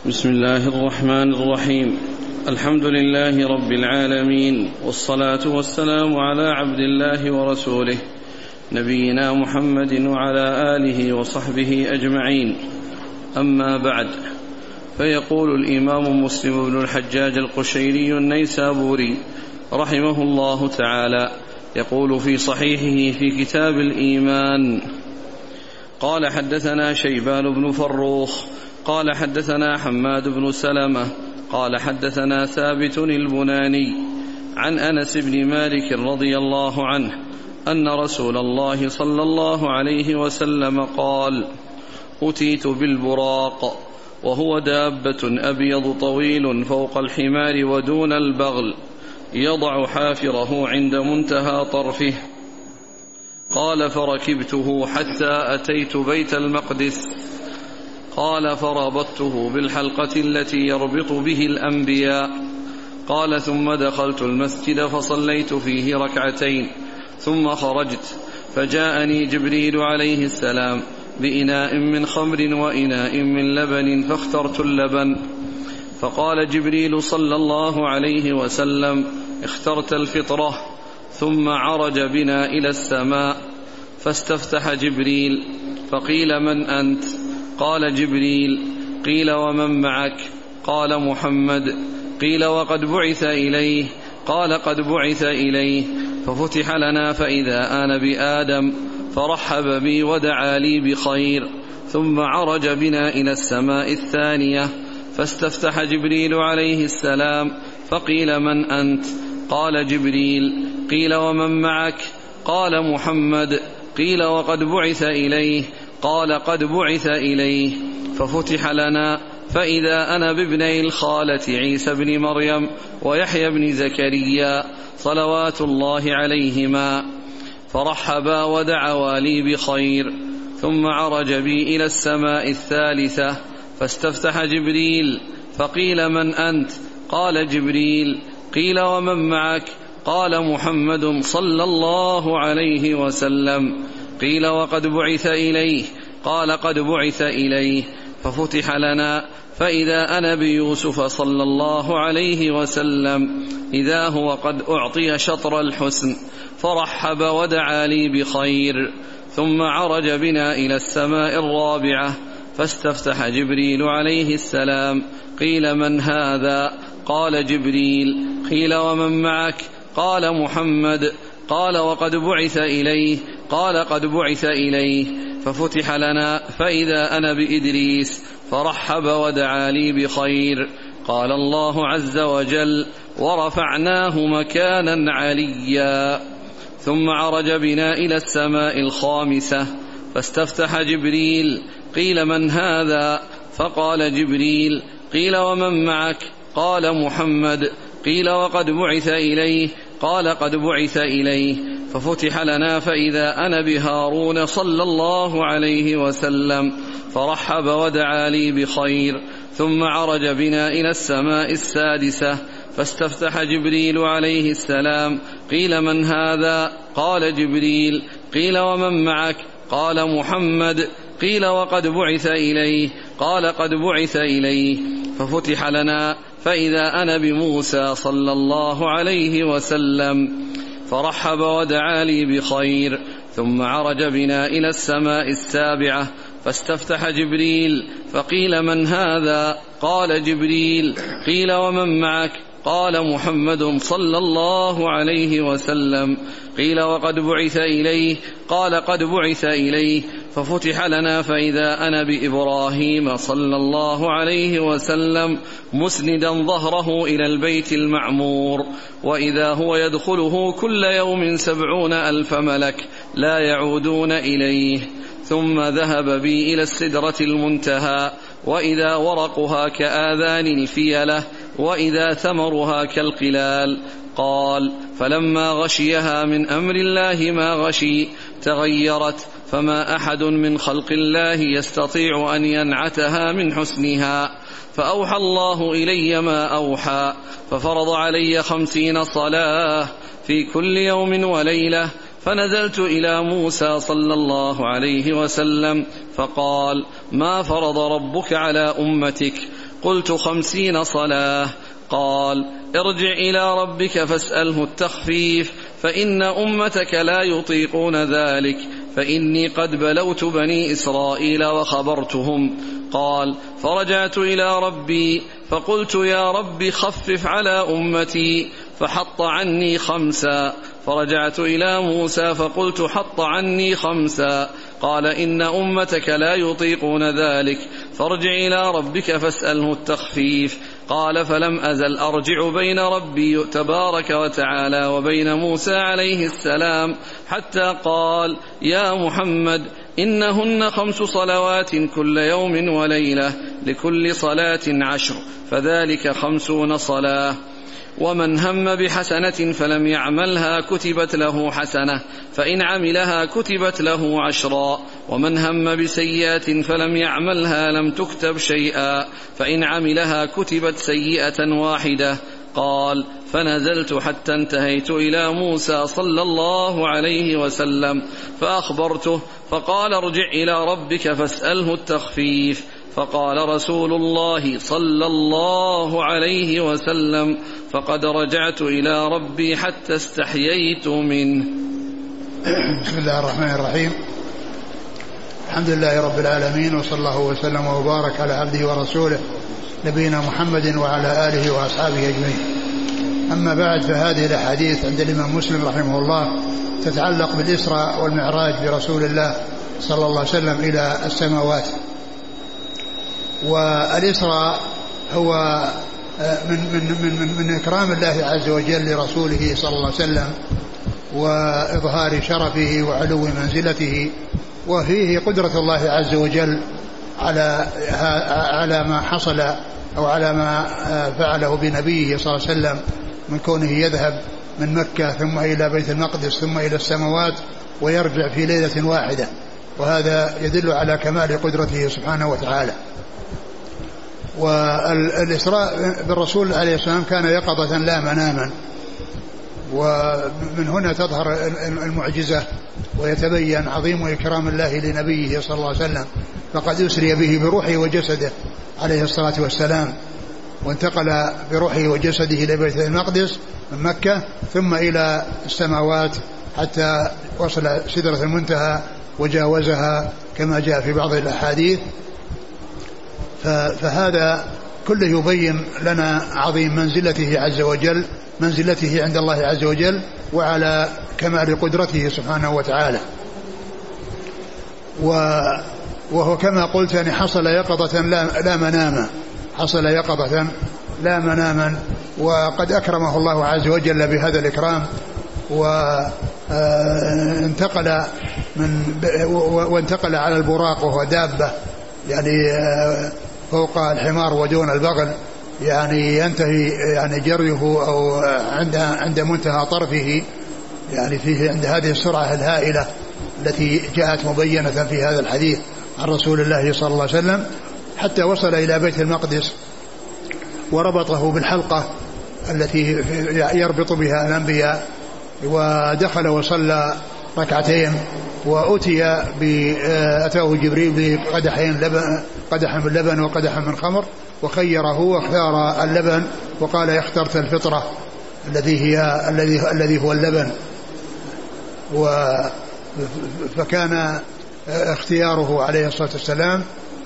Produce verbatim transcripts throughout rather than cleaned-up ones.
بسم الله الرحمن الرحيم. الحمد لله رب العالمين، والصلاة والسلام على عبد الله ورسوله نبينا محمد وعلى آله وصحبه أجمعين. أما بعد، فيقول الإمام مسلم بن الحجاج القشيري النيسابوري رحمه الله تعالى، يقول في صحيحه في كتاب الإيمان: قال حدثنا شيبان بن فروخ قال حدثنا حماد بن سلمة قال حدثنا ثابت البناني عن أنس بن مالك رضي الله عنه أن رسول الله صلى الله عليه وسلم قال: أتيت بالبراق، وهو دابة أبيض طويل فوق الحمار ودون البغل، يضع حافره عند منتهى طرفه. قال: فركبته حتى أتيت بيت المقدس. قال: فربطته بالحلقة التي يربط به الأنبياء. قال: ثم دخلت المسجد فصليت فيه ركعتين، ثم خرجت فجاءني جبريل عليه السلام بإناء من خمر وإناء من لبن، فاخترت اللبن. فقال جبريل صلى الله عليه وسلم: اخترت الفطرة. ثم عرج بنا إلى السماء، فاستفتح جبريل فقيل: من أنت؟ قال: جبريل. قيل: ومن معك؟ قال: محمد. قيل: وقد بعث إليه؟ قال: قد بعث إليه. ففتح لنا فإذا آن بآدم، فرحب بي ودعا لي بخير. ثم عرج بنا إلى السماء الثانية، فاستفتح جبريل عليه السلام فقيل: من أنت؟ قال: جبريل. قيل: ومن معك؟ قال: محمد. قيل: وقد بعث إليه؟ قال: قد بعث إليه. ففتح لنا فإذا أنا بابني الخالة عيسى بن مريم ويحيى بن زكريا صلوات الله عليهما، فرحبا ودعوا لي بخير. ثم عرج بي إلى السماء الثالثة، فاستفتح جبريل فقيل: من أنت؟ قال: جبريل. قيل: ومن معك؟ قال: محمد صلى الله عليه وسلم. قيل: وقد بعث إليه؟ قال: قد بعث إليه. ففتح لنا فإذا أنا بيوسف صلى الله عليه وسلم، إذا هو قد أعطي شطر الحسن، فرحب ودعا لي بخير. ثم عرج بنا إلى السماء الرابعة، فاستفتح جبريل عليه السلام. قيل: من هذا؟ قال: جبريل. قيل: ومن معك؟ قال: محمد. قال: وقد بعث إليه؟ قال: قد بعث إليه. ففتح لنا فإذا أنا بإدريس، فرحب ودعا لي بخير. قال الله عز وجل: ورفعناه مكانا عليا. ثم عرج بنا إلى السماء الخامسة، فاستفتح جبريل. قيل: من هذا؟ فقال: جبريل. قيل: ومن معك؟ قال: محمد. قيل: وقد بعث إليه؟ قال: قد بعث إليه. ففتح لنا فإذا أنا بهارون صلى الله عليه وسلم، فرحب ودعا لي بخير. ثم عرج بنا إلى السماء السادسة، فاستفتح جبريل عليه السلام. قيل: من هذا؟ قال: جبريل. قيل: ومن معك؟ قال: محمد. قيل: وقد بعث إليه؟ قال: قد بعث إليه. ففتح لنا فإذا أنا بموسى صلى الله عليه وسلم، فرحب ودعا لي بخير. ثم عرج بنا إلى السماء السابعة، فاستفتح جبريل. فقيل: من هذا؟ قال: جبريل. قيل: ومن معك؟ قال: محمد صلى الله عليه وسلم. قيل: وقد بعث إليه؟ قال: قد بعث إليه. ففتح لنا فإذا أنا بإبراهيم صلى الله عليه وسلم مسندا ظهره إلى البيت المعمور، وإذا هو يدخله كل يوم سبعون ألف ملك لا يعودون إليه. ثم ذهب بي إلى السدرة المنتهى، وإذا ورقها كآذان الفيلة، وإذا ثمرها كالقلال. قال: فلما غشيها من أمر الله ما غشي تغيرت، فما أحد من خلق الله يستطيع أن ينعتها من حسنها. فأوحى الله إلي ما أوحى، ففرض علي خمسين صلاة في كل يوم وليلة. فنزلت إلى موسى صلى الله عليه وسلم فقال: ما فرض ربك على أمتك؟ قلت خمسين صلاة. قال ارجع إلى ربك فاسأله التخفيف فإن أمتك لا يطيقون ذلك فإني قد بلوت بني إسرائيل وخبرتهم. قال فرجعت إلى ربي فقلت يا رب خفف على أمتي فحط عني خمسا. فرجعت إلى موسى فقلت حط عني خمسا. قال إن أمتك لا يطيقون ذلك فارجع إلى ربك فاسأله التخفيف. قال فلم أزل أرجع بين ربي تبارك وتعالى وبين موسى عليه السلام حتى قال يا محمد إنهن خمس صلوات كل يوم وليلة لكل صلاة عشر فذلك خمسون صلاة. ومن هم بحسنة فلم يعملها كتبت له حسنة فإن عملها كتبت له عشرا. ومن هم بسيئة فلم يعملها لم تكتب شيئا فإن عملها كتبت سيئة واحدة. قال فنزلت حتى انتهيت إلى موسى صلى الله عليه وسلم فأخبرته فقال ارجع إلى ربك فاسأله التخفيف. فقال رسول الله صلى الله عليه وسلم فقد رجعت إلى ربي حتى استحييت منه. بسم الله الرحمن الرحيم. الحمد لله رب العالمين وصلى الله وسلم وبارك على عبده ورسوله نبينا محمد وعلى آله وأصحابه أجمعين. أما بعد فهذه الأحاديث عند الإمام مسلم رحمه الله تتعلق بالإسراء والمعراج برسول الله صلى الله عليه وسلم إلى السماوات. والإسراء هو من, من, من, من إكرام الله عز وجل لرسوله صلى الله عليه وسلم وإظهار شرفه وعلو منزلته وفيه قدرة الله عز وجل على على ما حصل أو على ما فعله بنبيه صلى الله عليه وسلم من كونه يذهب من مكة ثم إلى بيت المقدس ثم إلى السماوات ويرجع في ليلة واحدة، وهذا يدل على كمال قدرته سبحانه وتعالى. والإسراء بالرسول عليه السلام كان يقظة لا مناما، ومن هنا تظهر المعجزة ويتبين عظيم إكرام الله لنبيه صلى الله عليه وسلم، فقد أسري به بروحه وجسده عليه الصلاة والسلام، وانتقل بروحه وجسده إلى بيت المقدس من مكة ثم إلى السماوات حتى وصل سدرة المنتهى وجاوزها كما جاء في بعض الأحاديث. فهذا كله يبين لنا عظيم منزلته عز وجل، منزلته عند الله عز وجل، وعلى كمال قدرته سبحانه وتعالى. وهو كما قلت يعني حصل يقظة لا مناما، حصل يقظة لا مناما، وقد أكرمه الله عز وجل بهذا الإكرام، وانتقل من وانتقل على البراق وهو دابة يعني فوق الحمار ودون البغل، يعني ينتهي يعني جريه أو عند عند منتهى طرفه، يعني فيه عند هذه السرعة الهائلة التي جاءت مبينة في هذا الحديث عن رسول الله صلى الله عليه وسلم، حتى وصل إلى بيت المقدس وربطه بالحلقة التي يربط بها الأنبياء، ودخل وصلى ركعتين، وأتي أتاه جبريل بقدحين لبن، قدح من لبن وقدح من خمر، وخيره واختار اللبن وقال اخترت الفطرة الذي هي الذي الذي هو اللبن. فكان اختياره عليه الصلاة والسلام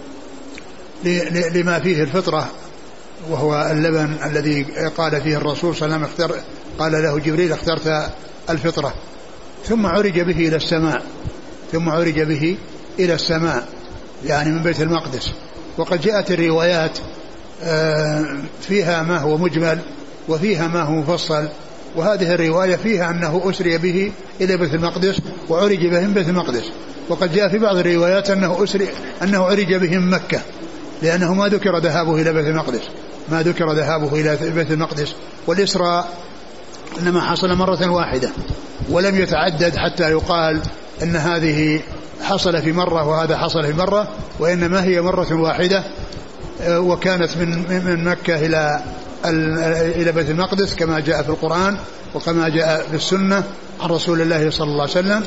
لما فيه الفطرة وهو اللبن الذي قال فيه الرسول صلى الله عليه وسلم قال له جبريل اخترت الفطرة. ثم عرج به إلى السماء، ثم عرج به إلى السماء يعني من بيت المقدس. وقد جاءت الروايات فيها ما هو مجمل وفيها ما هو مفصل، وهذه الرواية فيها أنه أسري به إلى بيت المقدس وعرج به من بيت المقدس. وقد جاء في بعض الروايات أنه أسري أنه عرج به من مكة، لأنه ما ذكر ذهابه إلى بيت المقدس، ما ذكر ذهابه إلى بيت المقدس. والإسراء إنما حصل مرة واحدة ولم يتعدد حتى يقال أن هذه حصل في مرة وهذا حصل في مرة، وإنما هي مرة واحدة، وكانت من من مكة إلى إلى بيت المقدس كما جاء في القرآن وكما جاء في السنة عن رسول الله صلى الله عليه وسلم.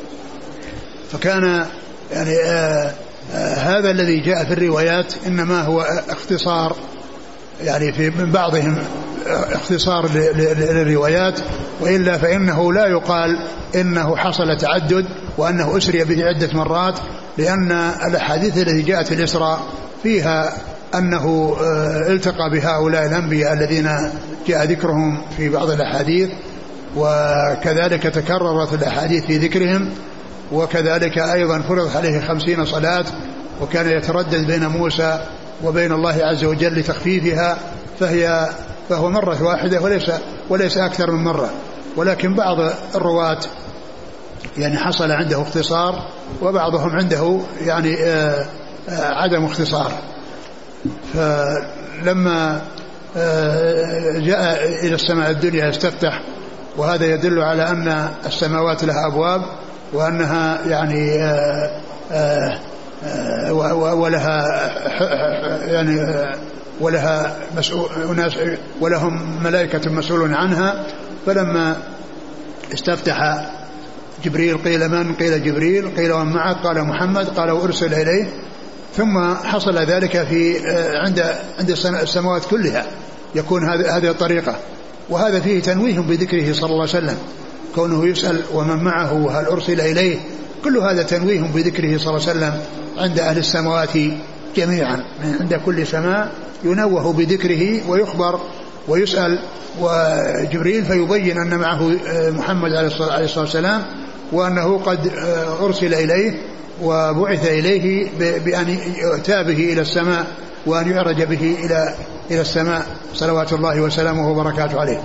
فكان يعني آآ آآ هذا الذي جاء في الروايات إنما هو اختصار يعني في من بعضهم اختصار للروايات، وإلا فإنه لا يقال إنه حصل تعدد وأنه أسري به عدة مرات، لأن الأحاديث التي جاءت في الإسراء فيها أنه التقى بهؤلاء الأنبياء الذين جاء ذكرهم في بعض الأحاديث، وكذلك تكررت الأحاديث في ذكرهم، وكذلك أيضا فرض عليه خمسين صلاة، وكان يتردد بين موسى وبين الله عز وجل لتخفيفها، فهي فهو مرة واحدة وليس وليس أكثر من مرة. ولكن بعض الرواة يعني حصل عنده اختصار، وبعضهم عنده يعني عدم اختصار. فلما جاء إلى السماء الدنيا استفتح، وهذا يدل على أن السماوات لها أبواب، وأنها يعني ولها يعني ولها مسؤول ولهم ملائكة مسؤول عنها. فلما استفتح جبريل قيل من؟ قيل جبريل. قيل ومن معك؟ قال محمد. قال وأرسل إليه. ثم حصل ذلك في عند عند السماوات كلها يكون هذه الطريقة، وهذا فيه تنويه بذكره صلى الله عليه وسلم، كونه يسأل ومن معه هل أرسل إليه، كل هذا تنويه بذكره صلى الله عليه وسلم عند أهل السماوات جميعا، عند كل سماء ينوه بذكره ويخبر ويسأل وجبريل فيبين أن معه محمد عليه الصلاة والسلام، وأنه قد أرسل إليه وبعث إليه بأن يؤتى به إلى السماء وأن يعرج به إلى إلى السماء صلوات الله وسلامه وبركاته عليه.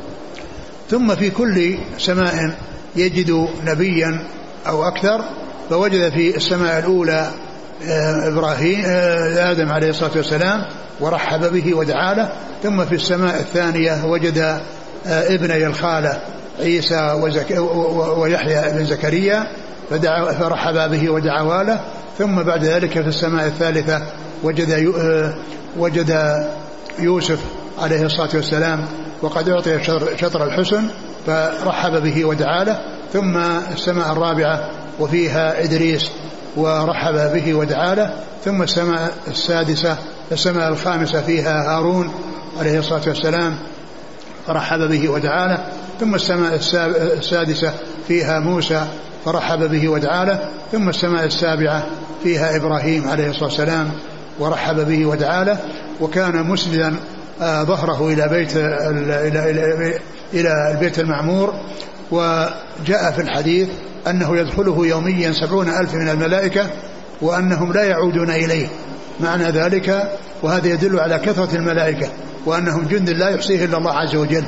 ثم في كل سماء يجد نبيا أو أكثر، فوجد في السماء الأولى إبراهيم آدم عليه الصلاة والسلام ورحب به ودعا له. ثم في السماء الثانية وجد ابني الخالة عيسى ويحيى بن زكريا فدعا فرحب به ودعا له. ثم بعد ذلك في السماء الثالثة وجد وجد يوسف عليه الصلاة والسلام وقد أعطي شطر الحسن فرحب به ودعا له. ثم السماء الرابعة وفيها إدريس ورحب به ودعا له. ثم السماء السادسة السماء الخامسة فيها هارون عليه الصلاة والسلام فرحب به ودعا له. ثم السماء السادسة فيها موسى فرحب به ودعا له. ثم السماء السابعة فيها إبراهيم عليه الصلاة والسلام ورحب به ودعا له. وكان مسندا ظهره إلى بيت إلى إلى إلى البيت المعمور، وجاء في الحديث أنه يدخله يوميا سبعون ألف من الملائكة وأنهم لا يعودون إليه. معنى ذلك وهذا يدل على كثرة الملائكة وأنهم جند لا يحصيه إلا الله عز وجل،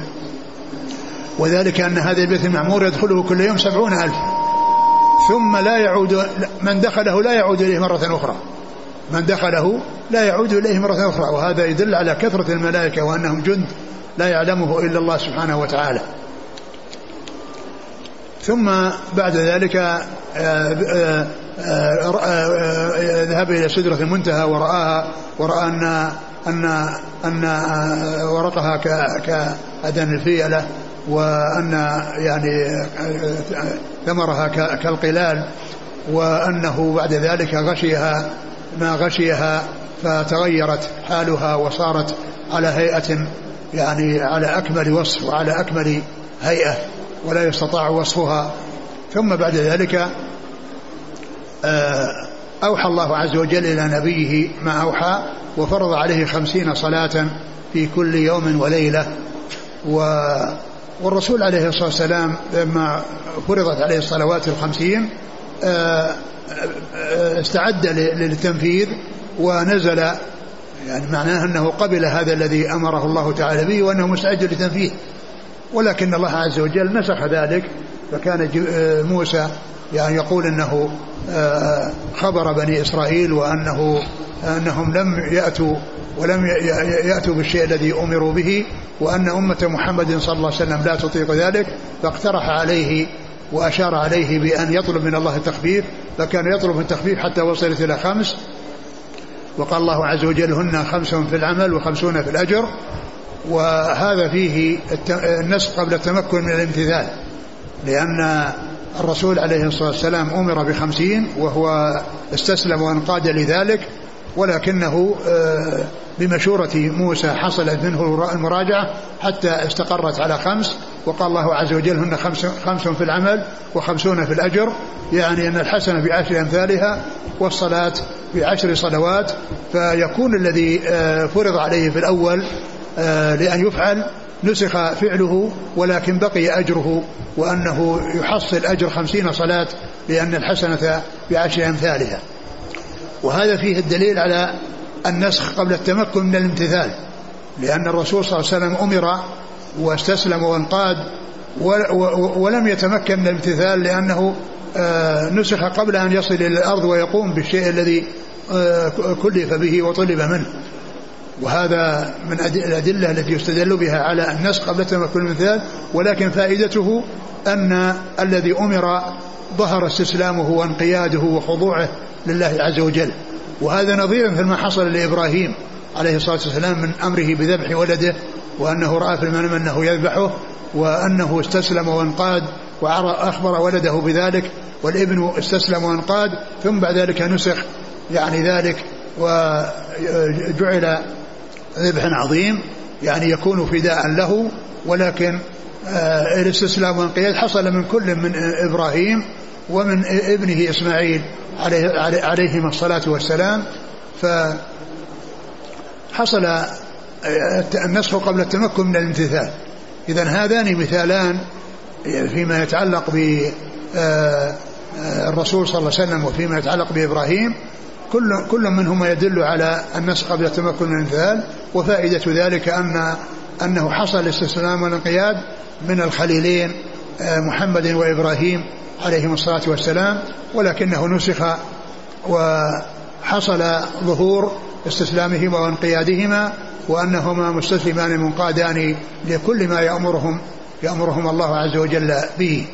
وذلك أن هذا البيت المعمور يدخله كل يوم سبعون ألف، ثم لا يعود من دخله لا يعود إليه مرة أخرى من دخله لا يعود إليه مرة أخرى وهذا يدل على كثرة الملائكة وأنهم جند لا يعلمه إلا الله سبحانه وتعالى. ثم بعد ذلك ذهب إلى سدرة المنتهى ورآها ورأى أن أن أن ورقها كأذن الفيلة، وأن يعني ثمرها كالقلال، وأنه بعد ذلك غشيها ما غشيها فتغيرت حالها وصارت على هيئة يعني على أكمل وصف وعلى أكمل هيئة ولا يستطاع وصفها. ثم بعد ذلك أوحى الله عز وجل إلى نبيه ما أوحى وفرض عليه خمسين صلاة في كل يوم وليلة. والرسول عليه الصلاة والسلام لما فرضت عليه الصلوات الخمسين استعد للتنفيذ ونزل، يعني معناه أنه قبل هذا الذي أمره الله تعالى به وأنه مستعد للتنفيذ، ولكن الله عز وجل نسخ ذلك. فكان موسى يعني يقول أنه خبر بني إسرائيل وأنه أنهم لم يأتوا ولم يأتوا بالشيء الذي أمروا به، وأن أمة محمد صلى الله عليه وسلم لا تطيق ذلك، فاقترح عليه وأشار عليه بأن يطلب من الله التخفيف، فكان يطلب التخفيف حتى وصلت إلى خمس، وقال الله عز وجل هن خمس في العمل وخمسون في الأجر. وهذا فيه النسخ قبل التمكن من الامتثال، لأن الرسول عليه الصلاة والسلام أمر بخمسين وهو استسلم وانقاد لذلك، ولكنه بمشورة موسى حصلت منه المراجعة حتى استقرت على خمس. وقال الله عز وجل هن خمس, خمس في العمل وخمسون في الأجر، يعني أن الحسنة بعشر أمثالها والصلاة بعشر صلوات. فيكون الذي فرض عليه في الأول لأن يفعل نسخ فعله ولكن بقي أجره، وأنه يحصل أجر خمسين صلاة لأن الحسنة بعشر أمثالها. وهذا فيه الدليل على النسخ قبل التمكن من الامتثال، لأن الرسول صلى الله عليه وسلم أمر واستسلم وانقاد ولم يتمكن من الامتثال لأنه نسخ قبل أن يصل إلى الأرض ويقوم بالشيء الذي كلف به وطلب منه. وهذا من الأدلة التي يستدل بها على النسخ قبل التمكن من الامتثال، ولكن فائدته أن الذي أمر ظهر استسلامه وانقياده وخضوعه لله عز وجل. وهذا نظير فيما حصل لإبراهيم عليه الصلاة والسلام من أمره بذبح ولده، وأنه رأى في المنام أنه يذبحه وأنه استسلم وانقاد وأخبر ولده بذلك، والابن استسلم وانقاد، ثم بعد ذلك نسخ يعني ذلك وجعل ذبحا عظيم يعني يكون فداء له. ولكن الاستسلام والانقياد حصل من كل من إبراهيم ومن ابنه إسماعيل عليه عليهما الصلاة والسلام. فحصل النسخ قبل التمكن من الامتثال. إذن هذان مثالان فيما يتعلق بالرسول صلى الله عليه وسلم وفيما يتعلق بإبراهيم، كل كل منهما يدل على النسخ قبل التمكن من الامتثال. وفائدة ذلك أن أنه حصل الاستسلام والانقياد من الخليلين محمد وإبراهيم عليهم الصلاة والسلام، ولكنه نسخ وحصل ظهور استسلامهما وانقيادهما، وأنهما مستسلمان منقادان لكل ما يأمرهم يأمرهم الله عز وجل به.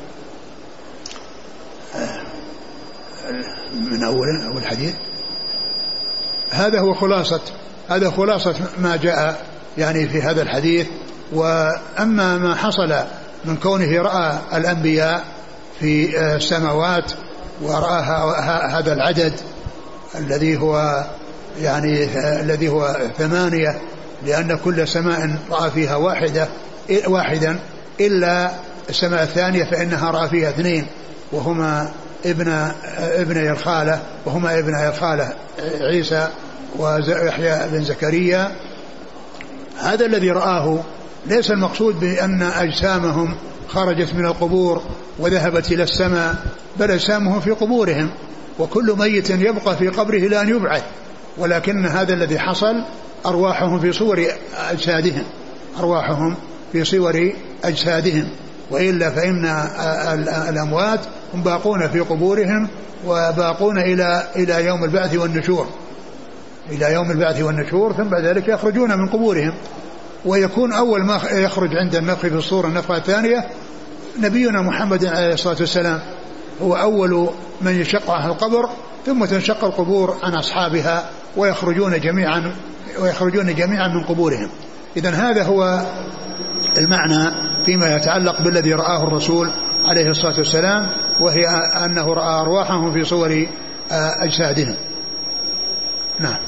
من أول أول حديث هذا هو خلاصة هذا خلاصة ما جاء يعني في هذا الحديث. وأما ما حصل من كونه رأى الأنبياء في السماوات ورأى هذا العدد الذي هو يعني الذي هو ثمانية، لأن كل سماء رأى فيها واحدة واحدا إلا السماء الثانية فإنها رأى فيها اثنين، وهما ابن ابن الخالة وهما ابن الخالة عيسى ويحيى بن زكريا. هذا الذي رآه ليس المقصود بأن أجسامهم خرجت من القبور وذهبت إلى السماء، بل أجسامهم في قبورهم، وكل ميت يبقى في قبره إلى أن يبعث، ولكن هذا الذي حصل أرواحهم في صور أجسادهم أرواحهم في صور أجسادهم وإلا فإن الأموات هم باقون في قبورهم وباقون إلى إلى يوم البعث والنشور إلى يوم البعث والنشور ثم بعد ذلك يخرجون من قبورهم. ويكون أول ما يخرج عند النفخ في الصور النفخة الثانية نبينا محمد عليه الصلاة والسلام، هو أول من يشق عن القبر، ثم تنشق القبور عن أصحابها ويخرجون جميعا ويخرجون جميعا من قبورهم. إذن هذا هو المعنى فيما يتعلق بالذي رآه الرسول عليه الصلاة والسلام، وهي أنه رأى أرواحهم في صور أجسادهم. نعم.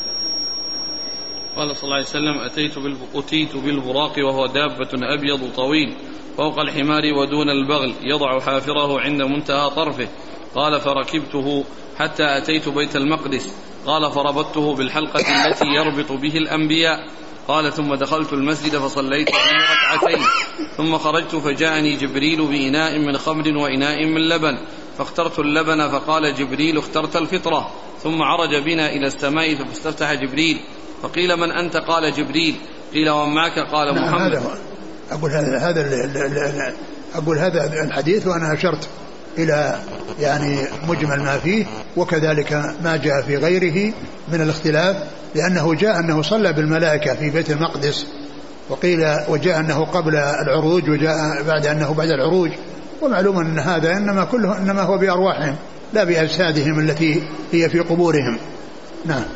قال صلى الله عليه وسلم: أتيت أتيت بالبراق وهو دابة أبيض طويل فوق الحمار ودون البغل يضع حافره عند منتهى طرفه. قال: فركبته حتى أتيت بيت المقدس. قال: فربطته بالحلقة التي يربط به الأنبياء. قال: ثم دخلت المسجد فصليت فيه ركعتين، ثم خرجت فجاءني جبريل بإناء من خمر وإناء من لبن، فاخترت اللبن، فقال جبريل: اخترت الفطرة. ثم عرج بنا إلى السماء فاستفتح جبريل، فقيل: من أنت؟ قال: جبريل. قيل: ومن معك؟ قال: محمد. أقول هذا هذا أقول هذا الحديث وأنا أشرت إلى يعني مجمل ما فيه، وكذلك ما جاء في غيره من الاختلاف، لأنه جاء أنه صلى بالملائكة في بيت المقدس، وقيل وجاء أنه قبل العروج، وجاء بعد أنه بعد العروج. ومعلوم أن هذا إنما كله إنما هو بأرواحهم لا بأجسادهم التي هي في قبورهم. نعم.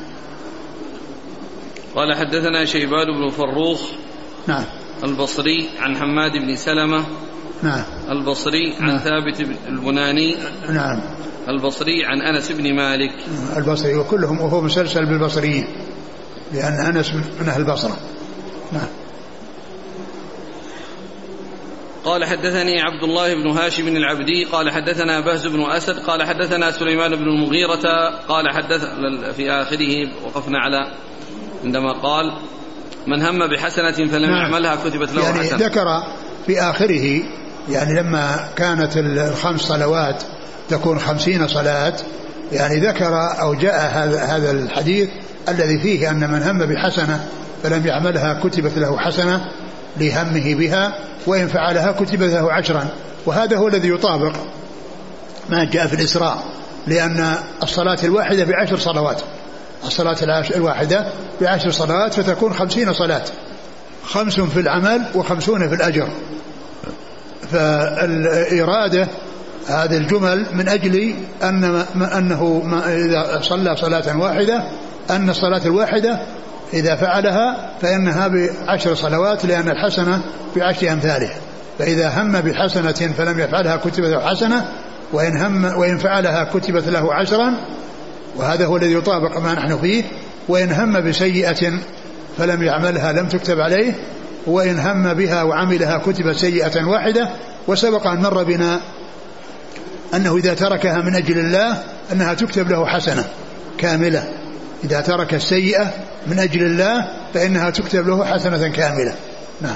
قال: حدثنا شيبان بن فروخ نعم البصري عن حماد بن سلمة نعم البصري عن نعم. ثابت البناني نعم البصري عن أنس بن مالك. البصري وكلهم وهو مسلسل بالبصريين لأن أنس من أهل البصرة. نعم. قال حدثني عبد الله بن هاشم العبدي قال حدثنا بهز بن أسد قال حدثنا سليمان بن المغيرة قال حدث في آخره وقفنا على عندما قال من هم بحسنة فلم نعم. يعملها كتبت له يعني حسنة. ذكر في آخره يعني لما كانت الخمس صلوات تكون خمسين صلاة يعني ذكر أو جاء هذا هذا الحديث الذي فيه أن من هم بحسنة فلم يعملها كتبت له حسنة لهمه بها وإن فعلها كتبت له عشرا. وهذا هو الذي يطابق ما جاء في الإسراء لأن الصلاة الواحدة بعشر صلوات الصلاة الواحدة بعشر صلوات فتكون خمسين صلاة خمس في العمل وخمسون في الأجر. فالإرادة هذه الجمل من أجل أن أنه إذا صلى صلاة واحدة أن الصلاة الواحدة إذا فعلها فإنها بعشر صلوات لأن الحسنة بعشر أمثالها. فإذا هم بحسنة فلم يفعلها كتبت له حسنة وإن, هم وإن فعلها كتبت له عشرا وهذا هو الذي يطابق ما نحن فيه. وإن هم بسيئة فلم يعملها لم تكتب عليه وإن هم بها وعملها كتبت سيئة واحدة. وسبق أن مر بنا أنه إذا تركها من أجل الله أنها تكتب له حسنة كاملة. إذا ترك السيئة من أجل الله فإنها تكتب له حسنة كاملة. نعم.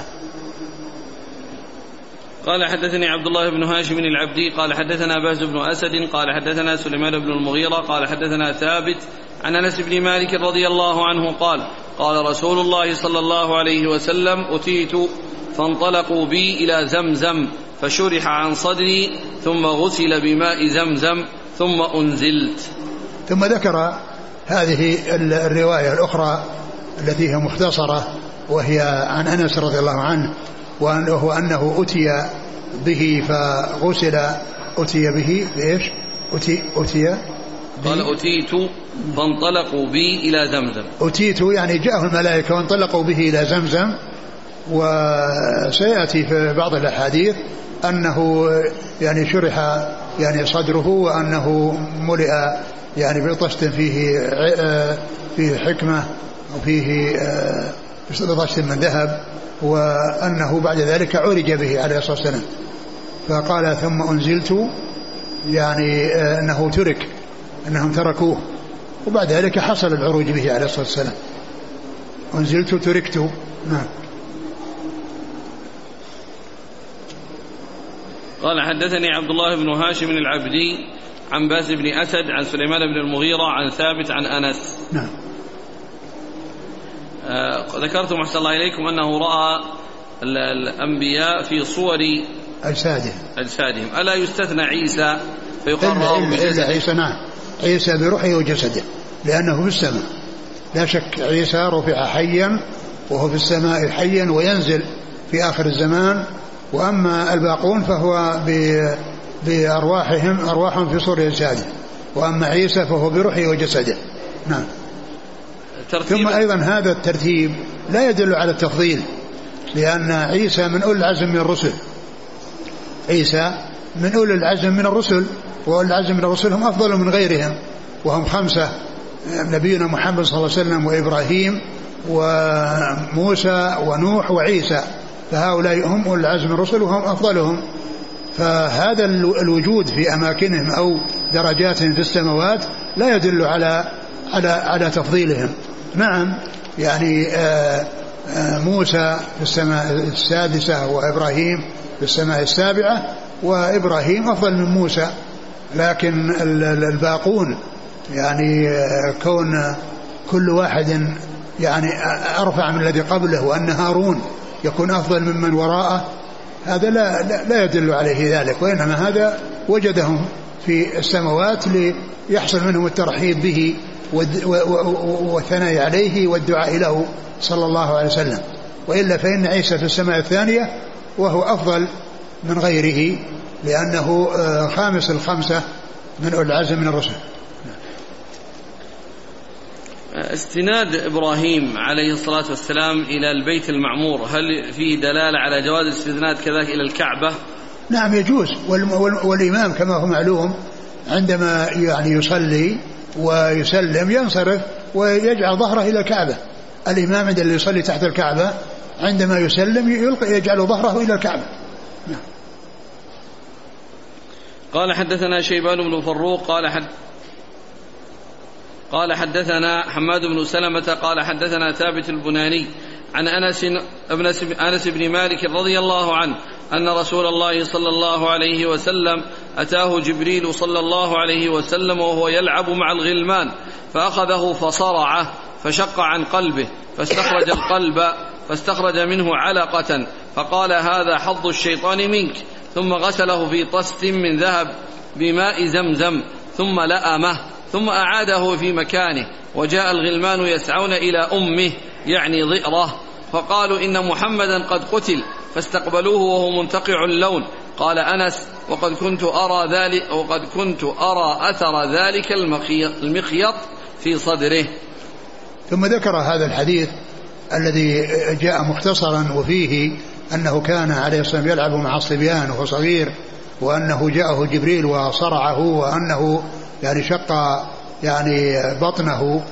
قال حدثني عبد الله بن هاشم العبدي قال حدثنا بهز بن أسد قال حدثنا سليمان بن المغيرة قال حدثنا ثابت عن أنس بن مالك رضي الله عنه قال قال رسول الله صلى الله عليه وسلم أتيت فانطلقوا بي إلى زمزم فشرح عن صدري ثم غسل بماء زمزم ثم أنزلت. ثم ذكر هذه الرواية الأخرى التي هي مختصرة وهي عن أنس رضي الله عنه وهو أنه أتي به فغسل أتي به إيش أتي أتي قال أتيت فانطلقوا بي إلى زمزم. أتيت يعني جاءه الملائكة وانطلقوا به إلى زمزم. وسيأتي في بعض الأحاديث أنه يعني شرح يعني صدره وأنه ملئ يعني بطشت فيه فيه حكمة وفيه بطشت من ذهب وأنه بعد ذلك عرج به عليه الصلاة والسلام. فقال ثم أنزلت يعني أنه ترك أنهم تركوه وبعد ذلك حصل العروج به عليه الصلاة والسلام. أنزلت تركت. نعم. قال حدثني عبد الله بن هاشم العبدي عن باز بن أسد عن سليمان بن المغيرة عن ثابت عن أنس. نعم. آه ذكرتم أحسن الله إليكم أنه رأى الأنبياء في صور أجسادهم أجسادهم ألا يستثنى عيسى فيقال إلا, إلا, إلا عيسى. نعم. عيسى بروحه وجسده لأنه في السماء لا شك. عيسى رفع حيا وهو في السماء حيا وينزل في آخر الزمان. وأما الباقون فهو بأرواحهم أرواحهم في صور أجسادهم وأما عيسى فهو بروحه وجسده. نعم. ثم أيضا هذا الترتيب لا يدل على التفضيل لأن عيسى من أولي العزم من الرسل. عيسى من أولي العزم من الرسل وأولي العزم من الرسل هم أفضل من غيرهم وهم خمسة نبينا محمد صلى الله عليه وسلم وإبراهيم وموسى ونوح وعيسى فهؤلاء هم أولي العزم من الرسل وهم أفضلهم. فهذا الوجود في أماكنهم أو درجاتهم في السماوات لا يدل على على على تفضيلهم. نعم يعني آآ آآ موسى في السماء السادسة وإبراهيم في السماء السابعة وإبراهيم أفضل من موسى. لكن الباقون يعني كون كل واحد يعني أرفع من الذي قبله وأن هارون يكون أفضل ممن وراءه هذا لا, لا, لا يدل عليه ذلك. وإنما هذا وجدهم في السماوات ليحصل منهم الترحيب به والثناء عليه والدعاء له صلى الله عليه وسلم. وإلا فإن عيسى في السماء الثانية وهو أفضل من غيره لأنه خامس الخمسة من أولي العزم من الرسل. استناد إبراهيم عليه الصلاة والسلام إلى البيت المعمور هل فيه دلالة على جواز الاستناد كذلك إلى الكعبة؟ نعم يجوز. والإمام كما هو معلوم عندما يعني يصلي ويسلم ينصرف ويجعل ظهره إلى الكعبة. الإمام عندما يصلي تحت الكعبة عندما يسلم يلقي يجعل ظهره إلى الكعبة. نعم. قال حدثنا شيبان بن فروق قال حد قال حدثنا حماد بن سلمة قال حدثنا ثابت البناني عن أنس ابن أنس بن مالك رضي الله عنه أن رسول الله صلى الله عليه وسلم أتاه جبريل صلى الله عليه وسلم وهو يلعب مع الغلمان فأخذه فصرعه فشق عن قلبه فاستخرج القلب فاستخرج منه علقة فقال هذا حظ الشيطان منك، ثم غسله في طست من ذهب بماء زمزم ثم لأمه ثم أعاده في مكانه. وجاء الغلمان يسعون إلى أمه يعني ضئره فقالوا إن محمدا قد قتل فاستقبلوه وهو منتقع اللون. قال أنس وقد كنت أرى ذلك وقد كنت أرى أثر ذلك المخيط في صدره. ثم ذكر هذا الحديث الذي جاء مختصرا وفيه أنه كان عليه الصلاة والسلام يلعب مع الصبيان وهو صغير، وأنه جاءه جبريل وصرعه، وأنه يعني شق يعني بطنه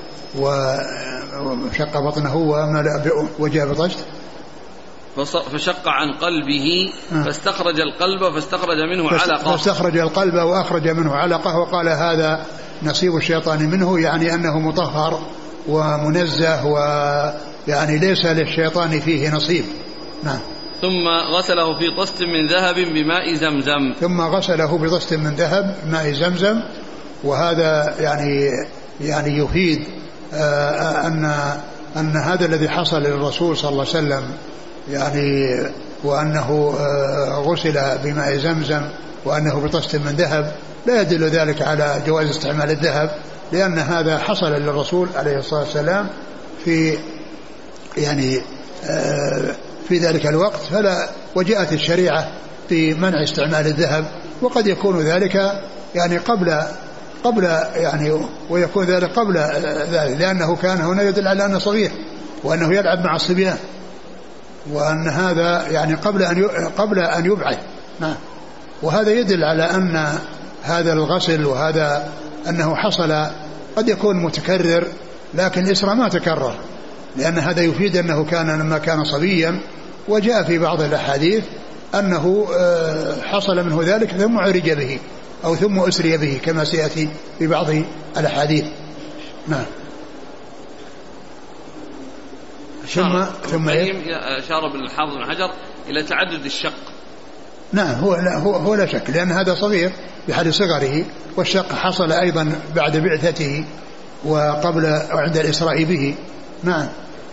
وشق بطنه وجاء بطشت فشق عن قلبه فاستخرج القلب فاستخرج منه علقة فاستخرج القلب وأخرج منه علقة وقال هذا نصيب الشيطان منه، يعني أنه مطهر ومنزه ويعني ليس للشيطان فيه نصيب. نعم. ثم غسله في طست من ذهب بماء زمزم ثم غسله بطست من ذهب ماء زمزم. وهذا يعني يعني يفيد أن أن هذا الذي حصل للرسول صلى الله عليه وسلم يعني وأنه غسل بماء زمزم وأنه بطست من ذهب لا يدل ذلك على جواز استعمال الذهب، لأن هذا حصل للرسول عليه الصلاة والسلام في يعني في ذلك الوقت، فلا وجاءت الشريعة في منع استعمال الذهب، وقد يكون ذلك يعني قبل قبل يعني ويكون ذلك قبل ذلك، لأنه كان هنا يدل على أنه صغير وأنه يلعب مع الصبيان، وأن هذا يعني قبل أن قبل أن يبعث. نعم. وهذا يدل على أن هذا الغسل وهذا أنه حصل قد يكون متكرر، لكن الإسراء ما تكرر، لأن هذا يفيد أنه كان لما كان صبيا. وجاء في بعض الأحاديث أنه حصل منه ذلك ثم عرج به أو ثم أسري به كما سيأتي في بعض الأحاديث. نعم. ثم ثم أشار ابن الحافظ بن حجر إلى تعدد الشق. نعم. هو لا, هو, هو لا شك، لأن هذا صغير بحال صغره، والشق حصل أيضا بعد بعثته وقبل عند الإسراء به. نعم.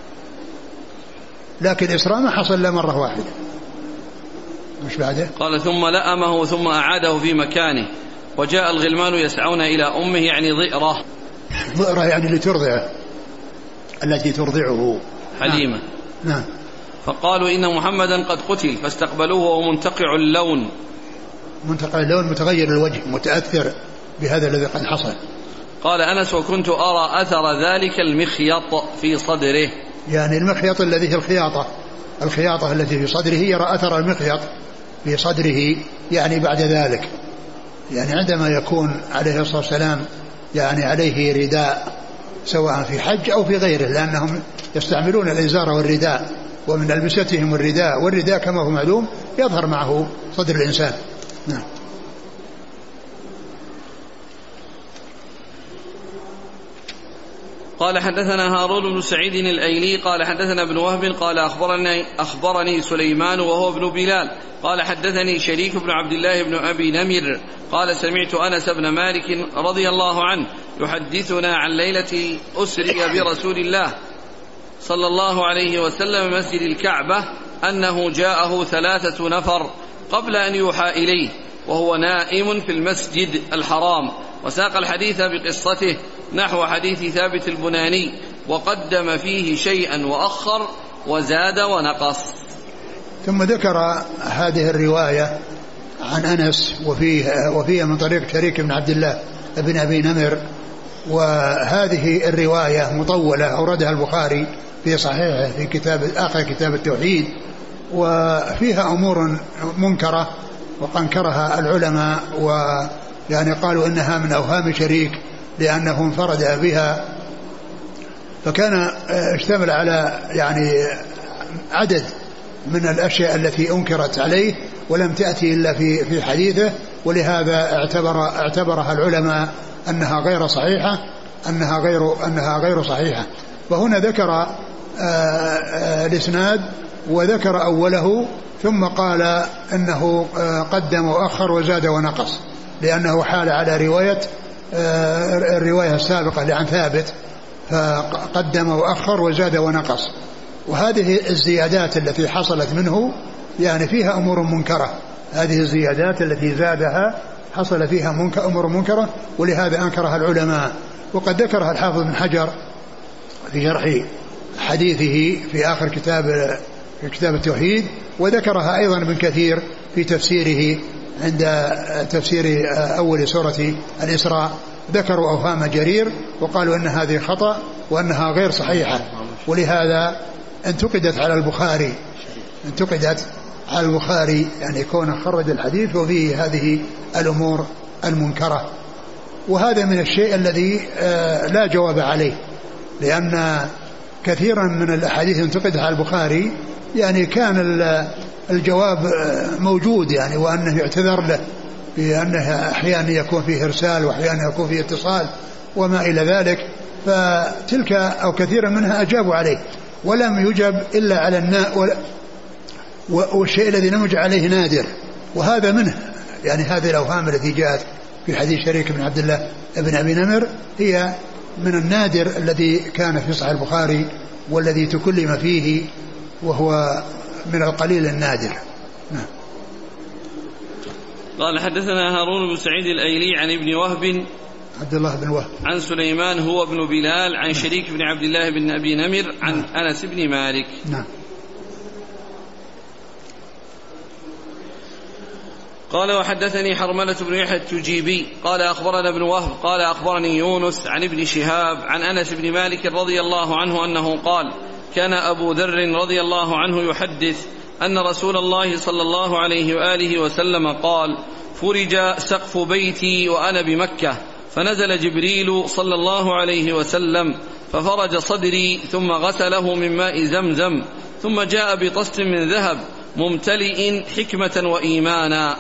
لكن الإسراء ما حصل له مرة واحدة. مش بعده؟ قال ثم لأمه ثم أعاده في مكانه. وجاء الغلمان يسعون إلى أمه يعني ضئرة. ضئرة يعني لترضعه، التي ترضعه حليمة. نعم. فقالوا إن محمدا قد قتل فاستقبلوه وهو منتقع اللون. منتقع اللون متغير الوجه متأثر بهذا الذي قد حصل. قال أنس وكنت أرى أثر ذلك المخيط في صدره، يعني المخيط الذي هي الخياطة الخياطة التي في صدره، يرى أثر المخيط في صدره يعني بعد ذلك، يعني عندما يكون عليه الصلاة والسلام يعني عليه رداء سواء في حج أو في غيره، لأنهم يستعملون الإزار والرداء، ومن ألبستهم الرداء، والرداء كما هو معلوم يظهر معه صدر الإنسان. نعم. قال حدثنا هارون بن سعيد الأيلي قال حدثنا ابن وهب قال أخبرني, أخبرني سليمان وهو ابن بلال قال حدثني شريك بن عبد الله بن أبي نمر قال سمعت أنس بن مالك رضي الله عنه يحدثنا عن ليلة أسري برسول الله صلى الله عليه وسلم مسجد الكعبة أنه جاءه ثلاثة نفر قبل أن يوحى إليه وهو نائم في المسجد الحرام، وساق الحديث بقصته نحو حديث ثابت البناني، وقدم فيه شيئا وأخر وزاد ونقص. ثم ذكر هذه الرواية عن أنس وفيها, وفيها من طريق شريك بن عبد الله بن أبي نمر، وهذه الرواية مطولة أوردها البخاري في صحيحه في كتاب آخر كتاب التوحيد، وفيها أمور منكرة وقنكرها العلماء يعني قالوا إنها من أوهام شريك لأنه انفرد بها، فكان اشتمل على يعني عدد من الأشياء التي أنكرت عليه ولم تأتي إلا في في حديثه، ولهذا اعتبر اعتبرها العلماء أنها غير صحيحة أنها غير أنها غير صحيحة. وهنا ذكر الإسناد وذكر أوله ثم قال إنه قدم وأخر وزاد ونقص، لأنه حال على رواية الرواية السابقة لعن ثابت، فقدم وأخر وزاد ونقص. وهذه الزيادات التي حصلت منه يعني فيها أمور منكرة، هذه الزيادات التي زادها حصل فيها منكر أمور منكرة، ولهذا أنكرها العلماء. وقد ذكرها الحافظ بن حجر في شرح حديثه في آخر كتاب في كتاب التوحيد، وذكرها أيضا ابن كثير في تفسيره عند تفسير أول سورة الإسراء، ذكروا أوهام جرير وقالوا أن هذه خطأ وأنها غير صحيحة، ولهذا انتقدت على البخاري انتقدت على البخاري يعني كونه خرج الحديث وفيه هذه الأمور المنكرة. وهذا من الشيء الذي لا جواب عليه، لأن كثيرا من الأحاديث انتقدت على البخاري يعني كان الجواب موجود يعني، وأنه يعتذر له بأنه أحيانا يكون فيه إرسال وأحيانا يكون فيه اتصال وما إلى ذلك، فتلك أو كثيرا منها أجابوا عليه ولم يجب إلا على الناء، والشيء الذي نمج عليه نادر، وهذا منه يعني هذه الأوهام التي جاءت في حديث شريك بن عبد الله بن أبي نمر هي من النادر الذي كان في صحيح البخاري والذي تكلم فيه، وهو من القليل النادر. نعم. قال حدثنا هارون بن سعيد الأيلي عن ابن وهب عبد الله بن وهب عن سليمان هو ابن بلال عن شريك بن عبد الله بن أبي نمر عن نعم. أنس بن مالك. نعم. قال وحدثني حرملة بن يحيى التجيبي قال أخبرنا ابن وهب قال أخبرني يونس عن ابن شهاب عن أنس بن مالك رضي الله عنه أنه قال كان أبو ذر رضي الله عنه يحدث أن رسول الله صلى الله عليه وآله وسلم قال فرج سقف بيتي وأنا بمكة فنزل جبريل صلى الله عليه وسلم ففرج صدري ثم غسله من ماء زمزم ثم جاء بطست من ذهب ممتلئ حكمة وإيمانا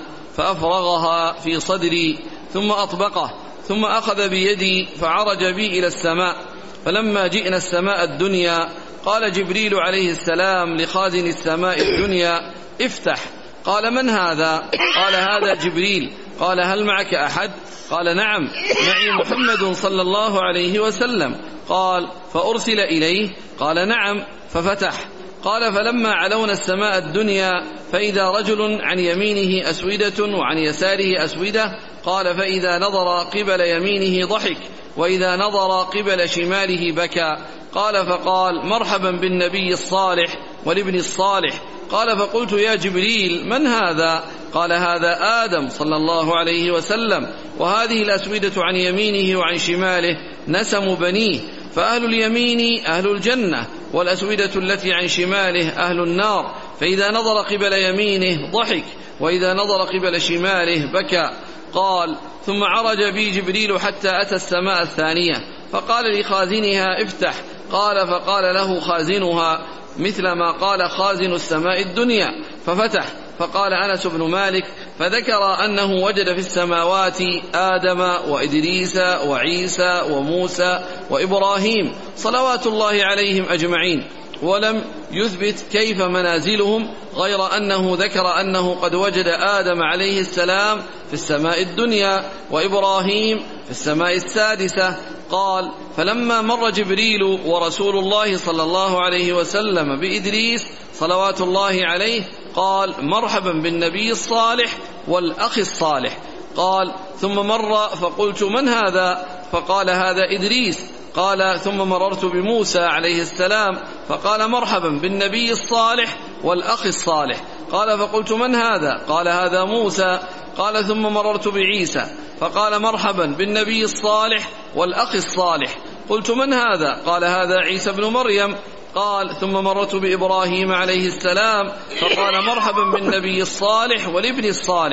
فأفرغها في صدري ثم أطبقه ثم أخذ بيدي فعرج بي إلى السماء، فلما جئنا السماء الدنيا قال جبريل عليه السلام لخازن السماء الدنيا افتح. قال من هذا؟ قال هذا جبريل. قال هل معك أحد؟ قال نعم معي محمد صلى الله عليه وسلم. قال فأرسل إليه؟ قال نعم ففتح. قال فلما علونا السماء الدنيا فإذا رجل عن يمينه أسودة وعن يساره أسودة، قال فإذا نظر قبل يمينه ضحك وإذا نظر قبل شماله بكى. قال فقال مرحبا بالنبي الصالح والابن الصالح. قال فقلت يا جبريل من هذا؟ قال هذا آدم صلى الله عليه وسلم، وهذه الأسودة عن يمينه وعن شماله نسم بنيه، فأهل اليمين أهل الجنة والأسودة التي عن شماله أهل النار، فإذا نظر قبل يمينه ضحك وإذا نظر قبل شماله بكى. قال ثم عرج بي جبريل حتى أتى السماء الثانية فقال لخازنها افتح. قال فقال له خازنها مثل ما قال خازن السماء الدنيا ففتح. فقال أنس بن مالك فذكر أنه وجد في السماوات آدم وإدريس وعيسى وموسى وإبراهيم صلوات الله عليهم أجمعين، ولم يثبت كيف منازلهم غير أنه ذكر أنه قد وجد آدم عليه السلام في السماء الدنيا وإبراهيم في السماء السادسة. قال فلما مر جبريل ورسول الله صلى الله عليه وسلم بإدريس صلوات الله عليه قال مرحبا بالنبي الصالح والأخ الصالح. قال ثم مر فقلت من هذا؟ فقال هذا إدريس. قال ثم مررت بموسى عليه السلام فقال مرحبا بالنبي الصالح والأخ الصالح. قال فقلت من هذا؟ قال هذا موسى. قال ثم مررت بعيسى فقال مرحبا بالنبي الصالح والأخ الصالح. قلت من هذا؟ قال هذا عيسى بن مريم. قال ثم مررت بإبراهيم عليه السلام فقال مرحبا بالنبي الصالح والابن الصالح.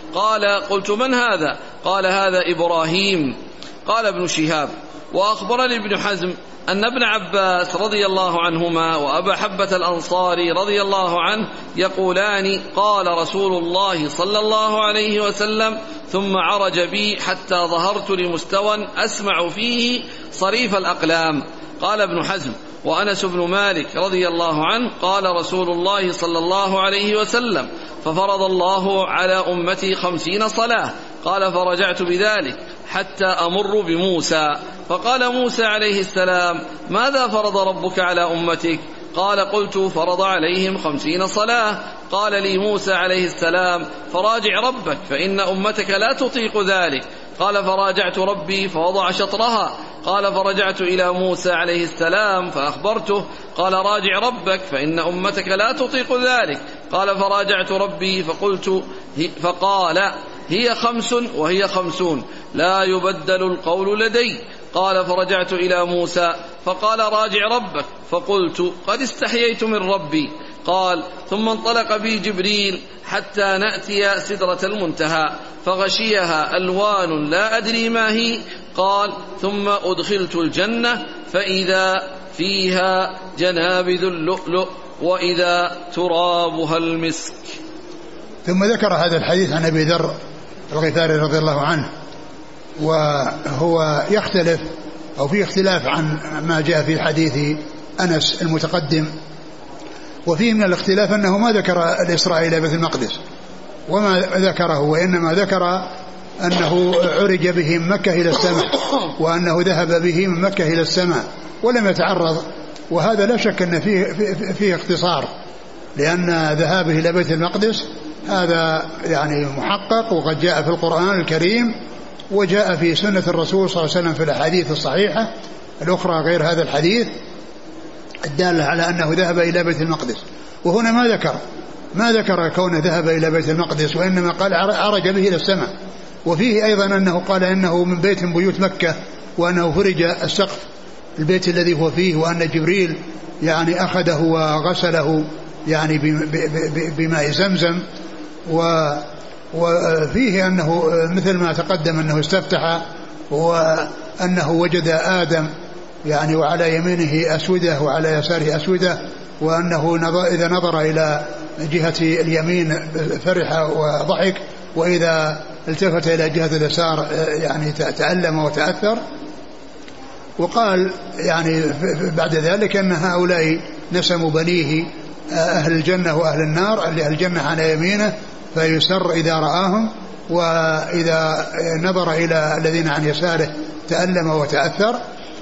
قال قلت من هذا؟ قال هذا إبراهيم. قال ابن شهاب وأخبرني ابن حزم أن ابن عباس رضي الله عنهما وأبا حبة الأنصاري رضي الله عنه يقولان قال رسول الله صلى الله عليه وسلم ثم عرج بي حتى ظهرت لمستوى أسمع فيه صريف الأقلام. قال ابن حزم وأنس بن مالك رضي الله عنه قال رسول الله صلى الله عليه وسلم ففرض الله على أمتي خمسين صلاة. قال فرجعت بذلك حتى أمر بموسى فقال موسى عليه السلام ماذا فرض ربك على أمتك؟ قال قلت فرض عليهم خمسين صلاة. قال لي موسى عليه السلام فراجع ربك فإن أمتك لا تطيق ذلك. قال فراجعت ربي فوضع شطرها. قال فرجعت إلى موسى عليه السلام فأخبرته. قال راجع ربك فإن أمتك لا تطيق ذلك. قال فراجعت ربي فقلت فقال هي خمس وهي خمسون لا يبدل القول لدي. قال فرجعت إلى موسى فقال راجع ربك فقلت قد استحييت من ربي. قال ثم انطلق بي جبريل حتى نأتي سدرة المنتهى فغشيها ألوان لا أدري ما هي. قال ثم أدخلت الجنة فإذا فيها جنابذ اللؤلؤ وإذا ترابها المسك. ثم ذكر هذا الحديث عن أبي ذر الغفاري رضي الله عنه، وهو يختلف أو في اختلاف عن ما جاء في حديث أنس المتقدم، وفيه من الاختلاف أنه ما ذكر الإسراء إلى بيت المقدس وما ذكره، وإنما ذكر أنه عرج به من مكة إلى السماء وأنه ذهب به من مكة إلى السماء ولم يتعرض. وهذا لا شك أن فيه, فيه اختصار، لأن ذهابه إلى بيت المقدس هذا يعني محقق وقد جاء في القرآن الكريم وجاء في سنة الرسول صلى الله عليه وسلم في الأحاديث الصحيحة الأخرى غير هذا الحديث الدالة على أنه ذهب إلى بيت المقدس. وهنا ما ذكر ما ذكر كونه ذهب إلى بيت المقدس، وإنما قال عرج به إلى السماء. وفيه أيضا أنه قال إنه من بيت من بيوت مكة وأنه فرج السقف البيت الذي هو فيه، وأن جبريل يعني أخذه وغسله يعني بماء زمزم. وفيه أنه مثل ما تقدم أنه استفتح وأنه وجد آدم يعني وعلى يمينه أسودة وعلى يساره أسودة، وأنه إذا نظر إلى جهة اليمين فرح وضحك، وإذا التفت إلى جهة اليسار يعني تألم وتأثر. وقال يعني بعد ذلك أن هؤلاء نسموا بنيه أهل الجنة وأهل النار، اللي أهل الجنة على يمينه فيسر إذا رآهم، وإذا نظر إلى الذين عن يساره تألم وتأثر.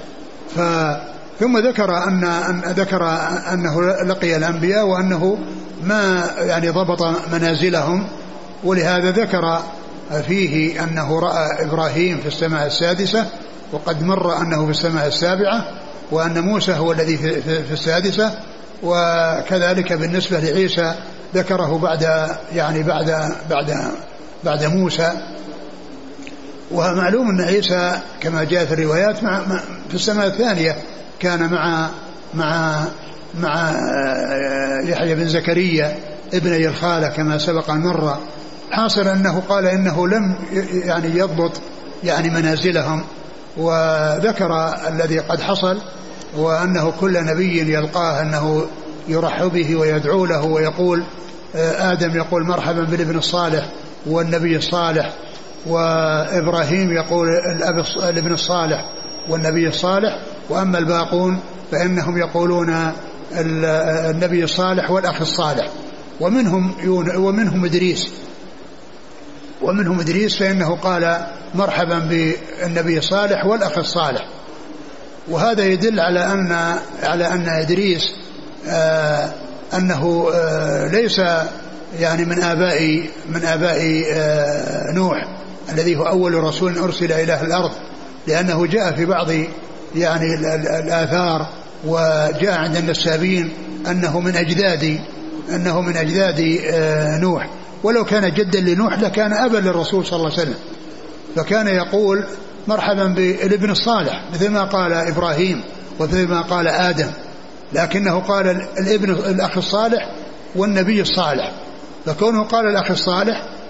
ثم ذكر أن, أن ذكر أنه لقي الأنبياء وأنه ما يعني ضبط منازلهم، ولهذا ذكر فيه أنه رأى إبراهيم في السماء السادسة وقد مر أنه في السماء السابعة، وأن موسى هو الذي في, في, في السادسة. وكذلك بالنسبة لعيسى ذكره بعد يعني بعد بعد بعد موسى. ومعلوم أن عيسى كما جاء في الروايات مع في السماء الثانية كان مع مع مع يحيى بن زكريا ابني الخالة كما سبق أن مر. حاصل أنه قال إنه لم يعني يضبط يعني منازلهم، وذكر الذي قد حصل، وأنه كل نبي يلقاه أنه يرحب به ويدعو له ويقول آدم يقول مرحبا بالابن الصالح والنبي الصالح، وإبراهيم يقول الابن الصالح والنبي الصالح، وأما الباقون فإنهم يقولون النبي الصالح والأخ الصالح. ومنهم ومنهم إدريس ومنهم إدريس فإنه قال مرحبا بالنبي الصالح والأخ الصالح. وهذا يدل على أن على أن إدريس آه أنه آه ليس يعني من آباء من آباء آه نوح الذي هو أول رسول أرسل إلى أهل الأرض، لأنه جاء في بعض يعني الآثار وجاء عند النسابين أنه من أجداد أنه من أجداد آه نوح، ولو كان جدا لنوح لكان أبا للرسول صلى الله عليه وسلم، فكان يقول مرحبا بالابن الصالح مثل ما قال إبراهيم ومثل ما قال آدم، لكنه قال الابن الأخ الصالح والنبي الصالح. فكونه قال الأخ الصالح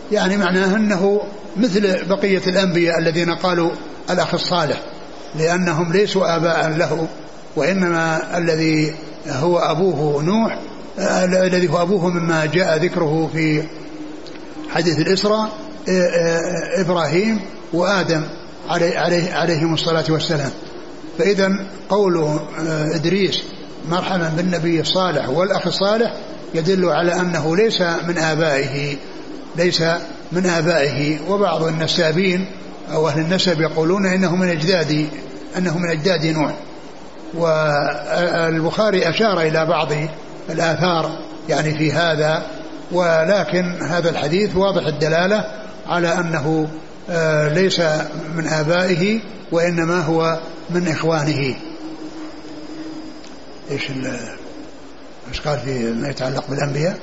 يعني معناه أنه مثل بقية الأنبياء الذين قالوا الأخ الصالح، لأنهم ليسوا آباء له، وإنما الذي هو أبوه نوح الذي هو أبوه مما جاء ذكره في حديث الإسراء إبراهيم وآدم عليه عليه عليهم الصلاة والسلام. فإذا قوله إدريس مرحبا بالنبي الصالح والأخ الصالح يدل على أنه ليس من آبائه ليس من آبائه. وبعض النسابين أو أهل النسب يقولون إنه من أجداد أنه من أجداد نوح. والبخاري أشار إلى بعض الآثار يعني في هذا، ولكن هذا الحديث واضح الدلالة على أنه ليس من آبائه وإنما هو من إخوانه. إيش إيش قال في ما يتعلق بالأنبياء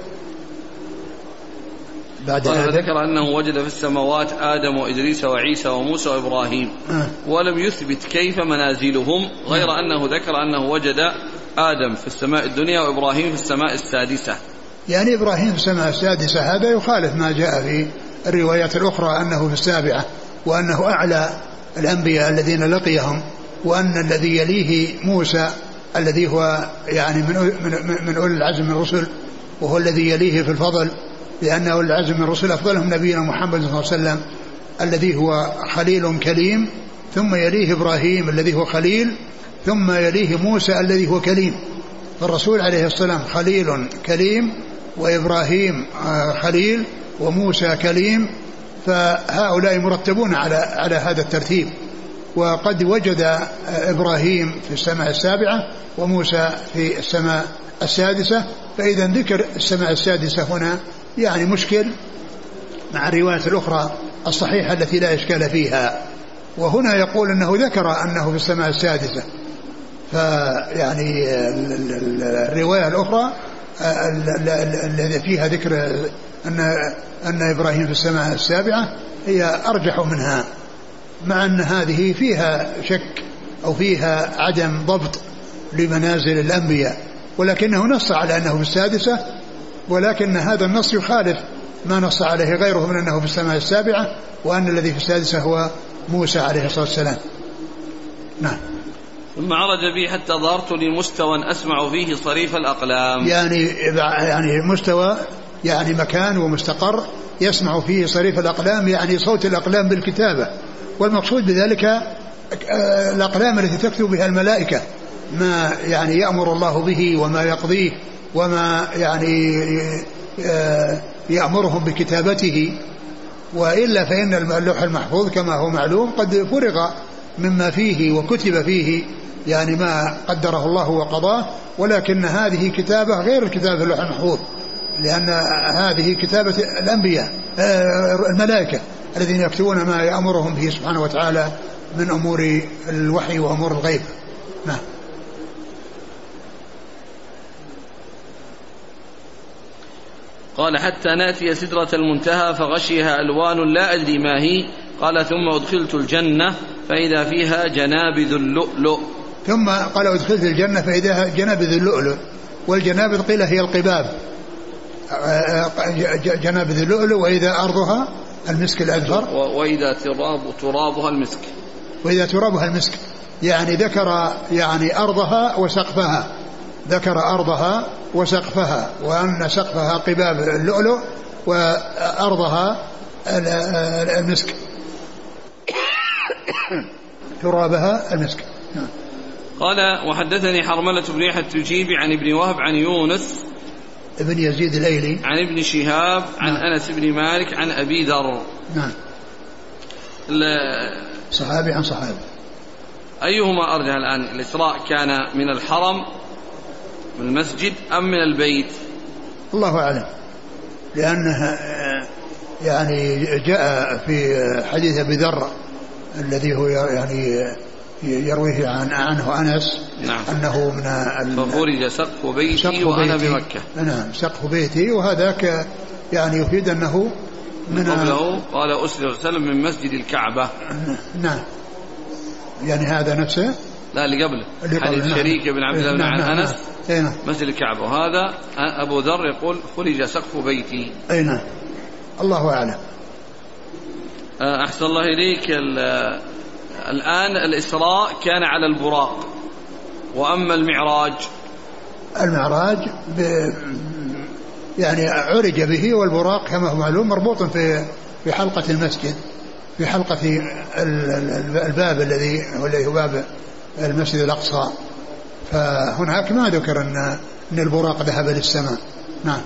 بعد هذا؟ ذكر أنه وجد في السماوات آدم وإدريس وعيسى وموسى وإبراهيم آه. ولم يثبت كيف منازلهم، غير آه. أنه ذكر أنه وجد آدم في السماء الدنيا وإبراهيم في السماء السادسة. يعني إبراهيم في السماء السادسة هذا يخالف ما جاء في الروايات الأخرى أنه في السابعة، وأنه أعلى الأنبياء الذين لقيهم، وأن الذي يليه موسى الذي هو يعني من من من أولي العزم من الرسل، وهو الذي يليه في الفضل، لأنه أولي العزم من الرسل أفضلهم نبينا محمد صلى الله عليه وسلم الذي هو خليل كليم، ثم يليه إبراهيم الذي هو خليل، ثم يليه موسى الذي هو كليم. فالرسول عليه السلام خليل كليم، وإبراهيم خليل، وموسى كليم، فهؤلاء مرتبون على على هذا الترتيب. وقد وجد إبراهيم في السماء السابعة وموسى في السماء السادسة، فإذا ذكر السماء السادسة هنا يعني مشكل مع الروايات الأخرى الصحيحة التي لا إشكال فيها. وهنا يقول أنه ذكر أنه في السماء السادسة، فيعني الرواية الأخرى التي فيها ذكر أن أن إبراهيم في السماء السابعة هي أرجح منها، مع أن هذه فيها شك أو فيها عدم ضبط لمنازل الأنبياء، ولكنه نص على أنه في السادسة، ولكن هذا النص يخالف ما نص عليه غيره من أنه في السماء السابعة، وأن الذي في السادسة هو موسى عليه الصلاة والسلام. نعم. ثم عرج بي حتى ظهرت لمستوى أسمع فيه صريف الأقلام، يعني يعني مستوى يعني مكان ومستقر يسمع فيه صريف الأقلام، يعني صوت الأقلام بالكتابة. والمقصود بذلك الأقلام التي تكتب بها الملائكة ما يعني يأمر الله به وما يقضيه وما يعني يأمرهم بكتابته. وإلا فإن اللوح المحفوظ كما هو معلوم قد فرغ مما فيه وكتب فيه يعني ما قدره الله وقضاه، ولكن هذه كتابة غير الكتابة اللوح المحفوظ، لأن هذه كتابة الأنبياء الملائكة الذين يكتبون ما يأمرهم به سبحانه وتعالى من أمور الوحي وأمور الغيب. نعم. قال حتى نأتي سدرة المنتهى فغشيها ألوان لا أدري ما هي، قال ثم أدخلت الجنة فإذا فيها جنابذ اللؤلؤ. ثم قال أدخلت الجنة فإذا جنابذ اللؤلؤ، والجنابذ قيل هي القباب، جنابذ اللؤلؤ، وإذا أرضها المسك الأزهر، وإذا تراب ترابها المسك، وإذا ترابها المسك. يعني ذكر يعني أرضها وسقفها، ذكر أرضها وسقفها، وأن سقفها قباب اللؤلؤ وأرضها المسك ترابها المسك. قال وحدثني حرملة بن يحيى التجيبي عن ابن وهب عن يونس ابن يزيد الايلي عن ابن شهاب عن نعم. أنس بن مالك عن أبي ذر. نعم. صحابي عن صحابي. أيهما أرجح الآن، الإسراء كان من الحرم من المسجد أم من البيت؟ الله أعلم، لأنه يعني جاء في حديث أبي ذر الذي هو يعني يرويه عن عنه أنس نعم. أنه من ففرج سقف بيتي وأنا بمكة. نعم سقف بيتي، وهذاك يعني يفيد أنه من قبله قال أسري وسلم من مسجد الكعبة. نعم يعني هذا نفسه لا اللي قبله حديث نعم. شريك بن عبد الله بن نعم. عن أنس نعم. مسجد الكعبة، وهذا أبو ذر يقول فرج سقف بيتي. أي نعم. الله أعلم. أحسن الله إليك. الآن الإسراء كان على البراق، وأما المعراج المعراج يعني عرج به، والبراق كما هو معلوم مربوط في في حلقة المسجد، في حلقة الباب الذي هو باب المسجد الأقصى، فهناك ما ذكر أن أن البراق ذهب للسماء. نعم.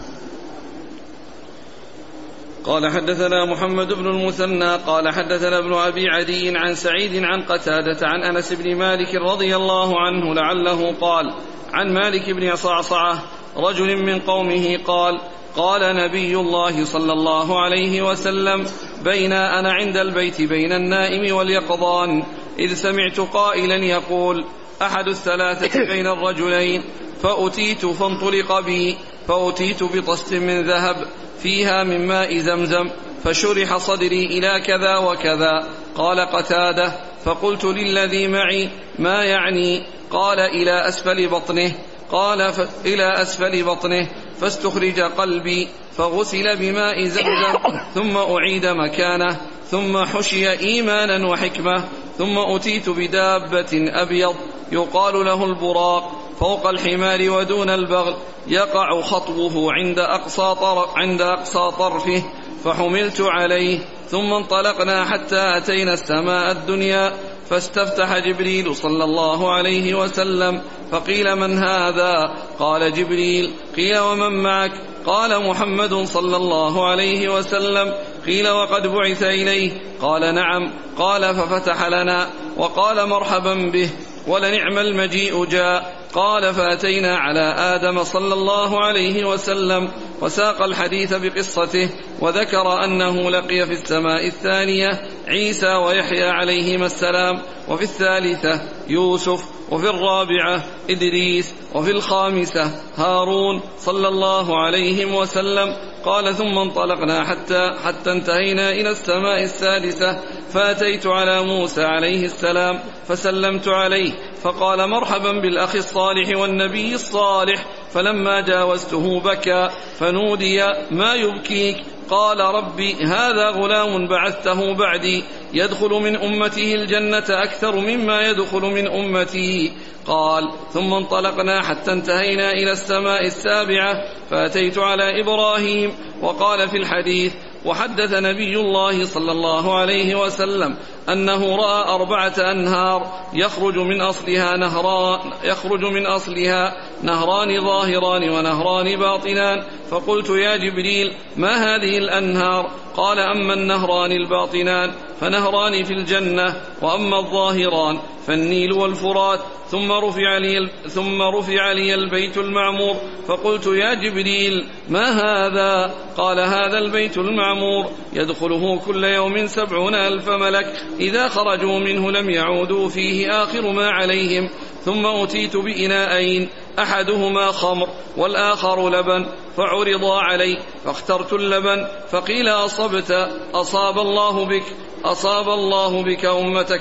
قال حدثنا محمد بن المثنى قال حدثنا ابن أبي عدي عن سعيد عن قتادة عن أنس بن مالك رضي الله عنه لعله قال عن مالك بن صعصعة رجل من قومه قال قال نبي الله صلى الله عليه وسلم بين أنا عند البيت بين النائم واليقظان إذ سمعت قائلا يقول أحد الثلاثة بين الرجلين، فأتيت فانطلق بي فأتيت بطست من ذهب فيها من ماء زمزم فشرح صدري إلى كذا وكذا. قال قتادة فقلت للذي معي ما يعني؟ قال إلى أسفل بطنه. قال إلى أسفل بطنه فاستخرج قلبي فغسل بماء زمزم ثم أعيد مكانه ثم حشي إيمانا وحكمة. ثم أتيت بدابة أبيض يقال له البراق فوق الحمار ودون البغل يقع خطوه عند أقصى طرف عند أقصى طرفه فحملت عليه. ثم انطلقنا حتى أتينا السماء الدنيا فاستفتح جبريل صلى الله عليه وسلم فقيل من هذا؟ قال جبريل. قيل ومن معك؟ قال محمد صلى الله عليه وسلم. قيل وقد بعث إليه؟ قال نعم. قال ففتح لنا وقال مرحبا به ولنعم المجيء جاء. قال فأتينا على آدم صلى الله عليه وسلم وساق الحديث بقصته وذكر أنه لقي في السماء الثانية عيسى ويحيى عليهما السلام، وفي الثالثة يوسف، وفي الرابعة إدريس، وفي الخامسة هارون صلى الله عليه وسلم. قال ثم انطلقنا حتى, حتى انتهينا إلى السماء السادسة فأتيت على موسى عليه السلام فسلمت عليه فقال مرحبا بالأخ الصالح والنبي الصالح. فلما جاوزته بكى فنودي ما يبكيك؟ قال ربي هذا غلام بعثته بعدي يدخل من أمته الجنة أكثر مما يدخل من أمتي. قال ثم انطلقنا حتى انتهينا إلى السماء السابعة فأتيت على إبراهيم. وقال في الحديث وحدث نبي الله صلى الله عليه وسلم أنه رأى أربعة أنهار يخرج من أصلها نهران, يخرج من أصلها نهران ظاهران ونهران باطنان. فقلت يا جبريل ما هذه الأنهار؟ قال أما النهران الباطنان فنهران في الجنة، وأما الظاهران فالنيل والفرات. ثم رفع لي, ثم رفع لي البيت المعمور. فقلت يا جبريل ما هذا؟ قال هذا البيت المعمور يدخله كل يوم سبعون ألف ملك إذا خرجوا منه لم يعودوا فيه آخر ما عليهم. ثم أتيت بإناءين أحدهما خمر والآخر لبن فعرضا علي فاخترت اللبن فقيل أصبت أصاب الله بك أصاب الله بك أمتك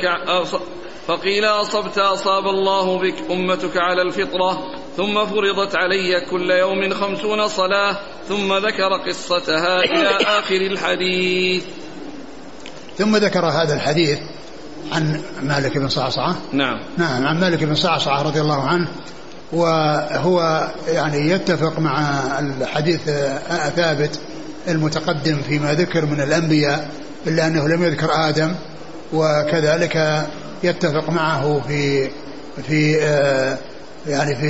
فقيل أصبت أصاب الله بك أمتك على الفطرة. ثم فرضت علي كل يوم خمسون صلاة. ثم ذكر قصتها إلى آخر الحديث. ثم ذكر هذا الحديث عن مالك بن صعصعة. نعم نعم عن مالك بن صعصعة رضي الله عنه، وهو يعني يتفق مع الحديث ثابت المتقدم فيما ذكر من الأنبياء إلا أنه لم يذكر آدم، وكذلك يتفق معه في في يعني في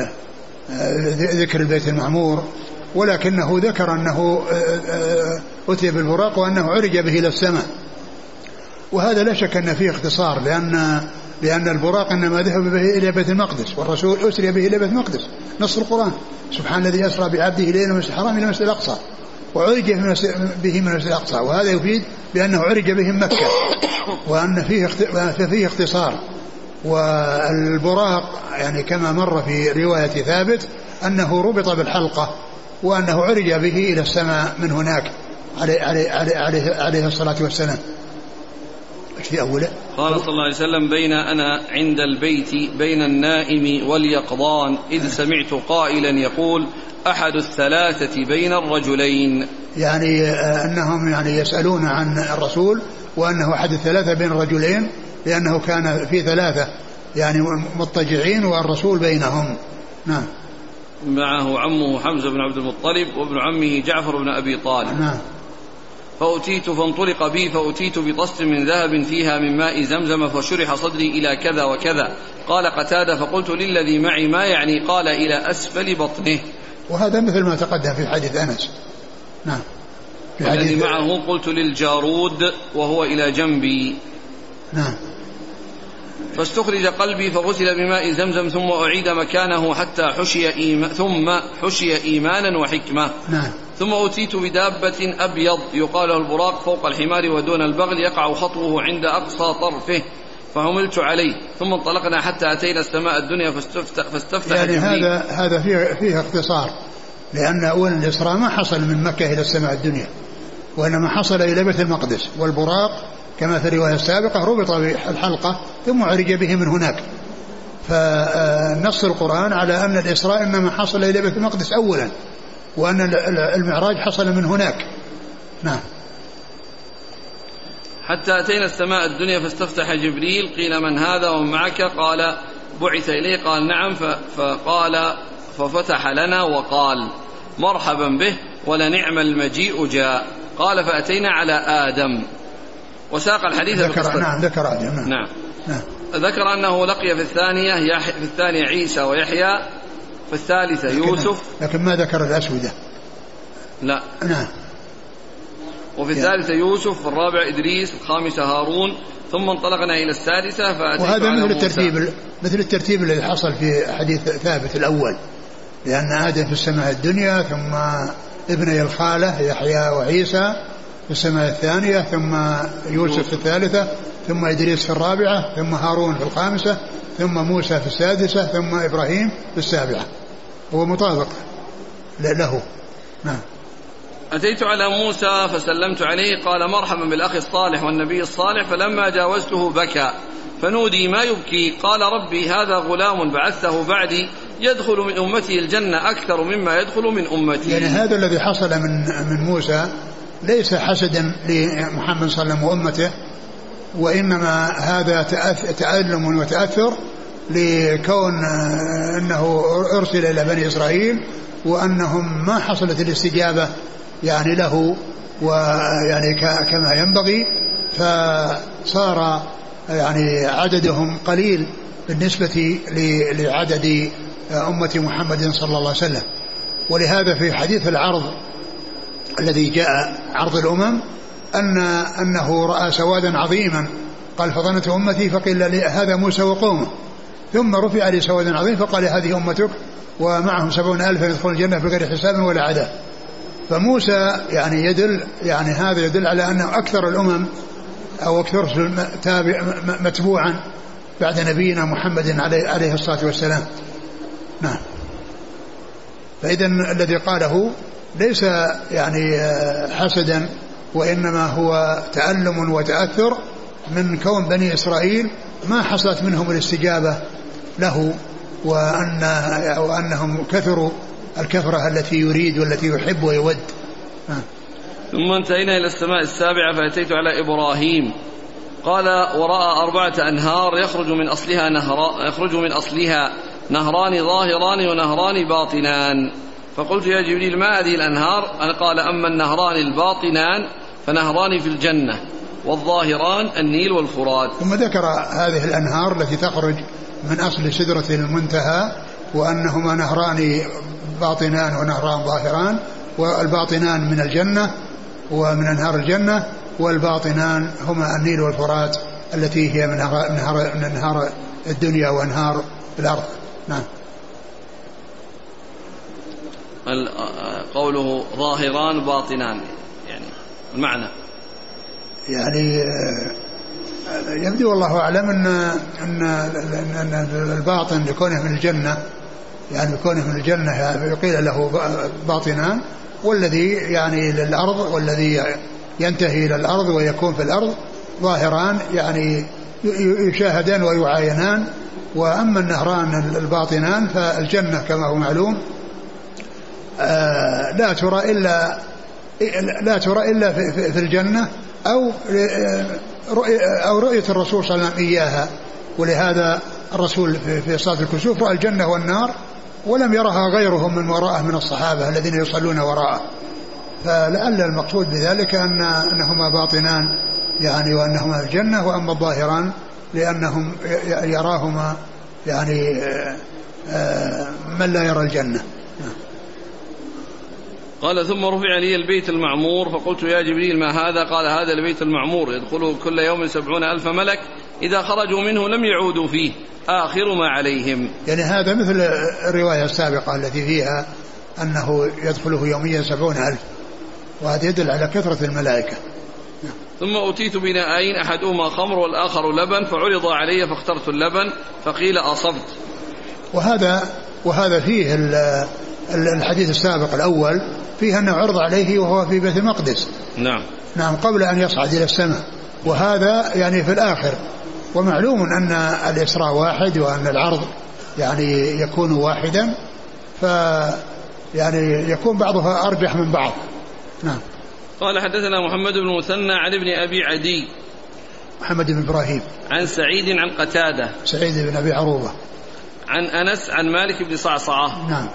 ذكر البيت المعمور، ولكنه ذكر أنه أتي بالبراق وأنه عرج به إلى السماء، وهذا لا شك أن فيه اختصار، لأن لأن البراق إنما ذهب به إلى بيت المقدس، والرسول أسري به إلى بيت المقدس، نص القرآن سبحان الذي أسرى بعبده إلى المسجد الحرام إلى المسجد الأقصى وعرج به من المسجد الأقصى، وهذا يفيد بأنه عرج به مكة، وأن فيه فيه اختصار. والبراق يعني كما مر في رواية ثابت أنه ربط بالحلقة وأنه عرج به إلى السماء من هناك عليه, عليه, عليه, عليه الصلاة والسلام. في أوله قال صلى الله عليه وسلم: بين أنا عند البيت بين النائم واليقظان إذ سمعت قائلا يقول: أحد الثلاثة بين الرجلين. يعني أنهم يعني يسألون عن الرسول وأنه أحد الثلاثة بين الرجلين، لأنه كان في ثلاثة يعني مضطجعين والرسول بينهم. نعم. معه عمه حمزة بن عبد المطلب وابن عمه جعفر بن أبي طالب. نعم. فأتيت فانطلق بي فأتيت بطست من ذهب فيها من ماء زمزم فشرح صدري إلى كذا وكذا. قال قتادة: فقلت للذي معي: ما يعني؟ قال: إلى أسفل بطنه. وهذا مثل ما تقدم في حديث أنس. نعم. في حديث الذي معه قلت للجارود وهو إلى جنبي. نعم. فاستخرج قلبي فغسل بماء زمزم ثم أعيد مكانه حتى حشي إيما ثم حشي إيمانا وحكمة. نعم. ثم أتيت بدابة أبيض يقال له البراق فوق الحمار ودون البغل يقع خطوه عند أقصى طرفه فهملت عليه ثم انطلقنا حتى أتينا السماء الدنيا فاستفتح, فاستفتح يعني جبريل. هذا هذا فيه, فيه اختصار، لأن أول الإسراء ما حصل من مكة إلى السماء الدنيا، وإنما حصل إلى بيت المقدس، والبراق كما في الرواية السابقة ربط بالحلقة ثم عرج به من هناك. فنص القرآن على أن الإسراء إنما حصل إلى بيت المقدس أولا، وأن المعراج حصل من هناك. نعم. حتى أتينا السماء الدنيا فاستفتح جبريل. قيل: من هذا ومن معك؟ قال: بعث إليه. قال: نعم. فقال ففتح لنا وقال: مرحبا به ولنعم المجيء جاء. قال: فأتينا على آدم. وساق الحديث ذكر نعم ذكر آدم. نعم. نعم. نعم. ذكر أنه لقي في الثانية في الثانية عيسى ويحيى، في الثالثة يوسف. لكن ما ذكر الأسودة. لا. نعم. وفي الثالثة يوسف، في الرابع إدريس، في الخامسة هارون، ثم انطلقنا إلى السادسة فأتيت وهذا على مثل موسى. الترتيب مثل الترتيب الذي حصل في حديث ثابت الأول، لأن آدم في السماء الدنيا، ثم ابني الخالة يحيى وعيسى في السماء الثانية، ثم يوسف في الثالثة، ثم إدريس في الرابعة، ثم هارون في الخامسة، ثم موسى في السادسة، ثم إبراهيم في السابعة. هو مطابق له. نعم. أتيت على موسى فسلمت عليه. قال: مرحبا بالأخ الصالح والنبي الصالح. فلما جاوزته بكى فنودي: ما يبكي؟ قال: ربي هذا غلام بعثته بعدي يدخل من أمتي الجنة أكثر مما يدخل من أمتي. يعني هذا الذي حصل من من موسى ليس حسدا لمحمد صلى الله عليه وسلم وأمته، وإنما هذا تألم وتأثر لكون أنه أرسل إلى بني إسرائيل وأنهم ما حصلت الاستجابة يعني له ويعني كما ينبغي، فصار يعني عددهم قليل بالنسبة لعدد أمة محمد صلى الله عليه وسلم. ولهذا في حديث العرض الذي جاء عرض الأمم أن أنه رأى سوادا عظيما، قال: فظنت أمتي، فقيل لي هذا موسى وقومه، ثم رفع لي سواد عظيم فقال: هذه أمتك ومعهم سبعون ألفا يدخلون الجنة بغير حساب ولا عذاب. فموسى يعني يدل يعني هذا يدل على أنه أكثر الأمم أو أكثر متبوعا بعد نبينا محمد عليه الصلاة والسلام. نعم. فإذا الذي قاله ليس يعني حسدا، وإنما هو تألم وتأثر من كون بني إسرائيل ما حصلت منهم الاستجابة له، وأن وأنهم كثروا الكثرة التي يريد والتي يحب ويود. آه. ثم انتهينا إلى السماء السابعة فأتيت على إبراهيم. قال: ورأى أربعة أنهار يخرج من أصلها نهران يخرج من أصلها نهران ظاهران ونهران باطنان. فقلت: يا جبريل ما هذه الأنهار؟ قال: أما النهران الباطنان فنهران في الجنة، والظاهران النيل والفرات. ثم ذكر هذه الأنهار التي تخرج من أصل سدرة المنتهى، وأنهما نهران باطنان ونهران ظاهران، والباطنان من الجنة ومن أنهار الجنة، والباطنان هما النيل والفرات التي هي من أنهار, من أنهار الدنيا وأنهار الأرض. نعم. قوله ظاهران باطنان يعني المعنى يعني يبدو والله أعلم أن, أن, أن الباطن لكونه من الجنة يعني لكونه من الجنة يقيل له باطنان، والذي يعني للأرض والذي ينتهي إلى الأرض ويكون في الأرض ظاهران يعني يشاهدان ويعاينان. وأما النهران الباطنان فالجنة كما هو معلوم لا ترى إلا لا ترى إلا في الجنة أو أو رؤية الرسول صلى الله عليه وسلم إياها. ولهذا الرسول في صلاة الكسوف رأى الجنة والنار ولم يرها غيرهم من وراءه من الصحابة الذين يصلون وراءه. فلعل المقصود بذلك أن أنهما باطنان يعني وأنهما في الجنة، وأما الظاهران لأنهم يراهما يعني من لا يرى الجنة. قال ثم رفع لي البيت المعمور فقلت يا جبريل ما هذا؟ قال هذا البيت المعمور يدخله كل يوم سبعون ألف ملك إذا خرجوا منه لم يعودوا فيه آخر ما عليهم. يعني هذا مثل الرواية السابقة التي فيها أنه يدخله يوميا سبعون ألف، وهذا يدل على كثرة الملائكة. ثم أتيت بناءين أحدهما خمر والآخر لبن فعرض علي فاخترت اللبن فقيل أصبت. وهذا وهذا فيه الحديث السابق الأول فيه أنه عرض عليه وهو في بيت المقدس. نعم نعم قبل أن يصعد إلى السماء، وهذا يعني في الآخر. ومعلوم أن الإسراء واحد وأن العرض يعني يكون واحدا، ف يعني يكون بعضها أرجح من بعض. نعم. قال حدثنا محمد بن المثنى عن ابن أبي عدي محمد بن إبراهيم عن سعيد عن قتادة سعيد بن أبي عروبة عن أنس عن مالك بن صعصعة. نعم.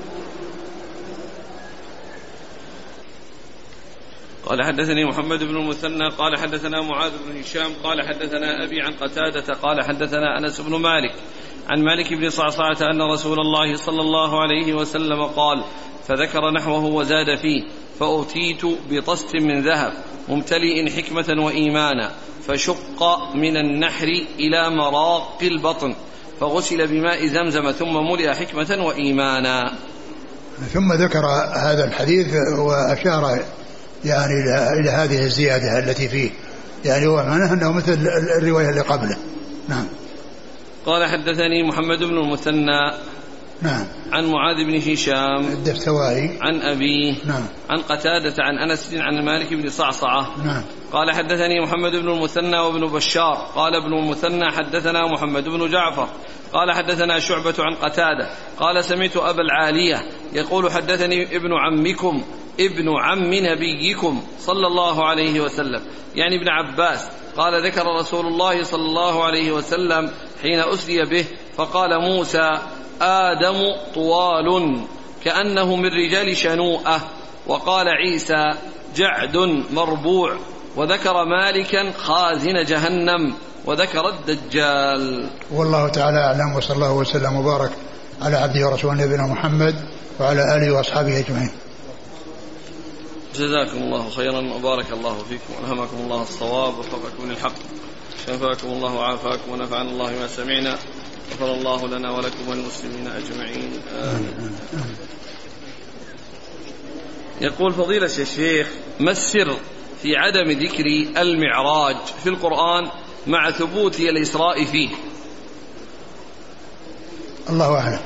قال حدثني محمد بن المثنى قال حدثنا معاذ بن هشام قال حدثنا أبي عن قتادة قال حدثنا أنس بن مالك عن مالك بن صعصعة أن رسول الله صلى الله عليه وسلم قال فذكر نحوه وزاد فيه فأتيت بطست من ذهب ممتلئ حكمة وإيمانا فشق من النحر إلى مراق البطن فغسل بماء زمزم ثم ملئ حكمة وإيمانا. ثم ذكر هذا الحديث وأشار يعني إلى هذه الزيادة التي فيه، يعني هو معناه أنه مثل الرواية اللي قبله. نعم. قال حدثني محمد بن المثنى نعم عن معاذ بن هشام الدستوائي عن أبيه نعم عن قتادة عن أنس عن مالك بن صعصعة. نعم. قال حدثني محمد بن المثنى وابن بشار قال ابن المثنى حدثنا محمد بن جعفر قال حدثنا شعبة عن قتادة قال سمعت أبا العالية يقول حدثني ابن عمكم ابن عم نبيكم صلى الله عليه وسلم يعني ابن عباس قال ذكر رسول الله صلى الله عليه وسلم حين أسري به فقال موسى آدم طوال كأنه من رجال شنوءة، وقال عيسى جعد مربوع، وذكر مالكا خازن جهنم، وذكر الدجال. والله تعالى أعلم، وصلى الله وسلم وبارك على عبده ورسوله نبينا محمد وعلى آله وأصحابه أجمعين. جزاكم الله خيرا وبارك الله فيكم وألهمكم الله الصواب ووفقكم للحق، شفاكم الله وعافاكم ونفعنا الله ما سمعنا، غفر الله لنا ولكم والمسلمين أجمعين آمين. يقول فضيلة الشيخ ما السر في عدم ذكر المعراج في القرآن مع ثبوت الإسراء فيه؟ الله أعلم.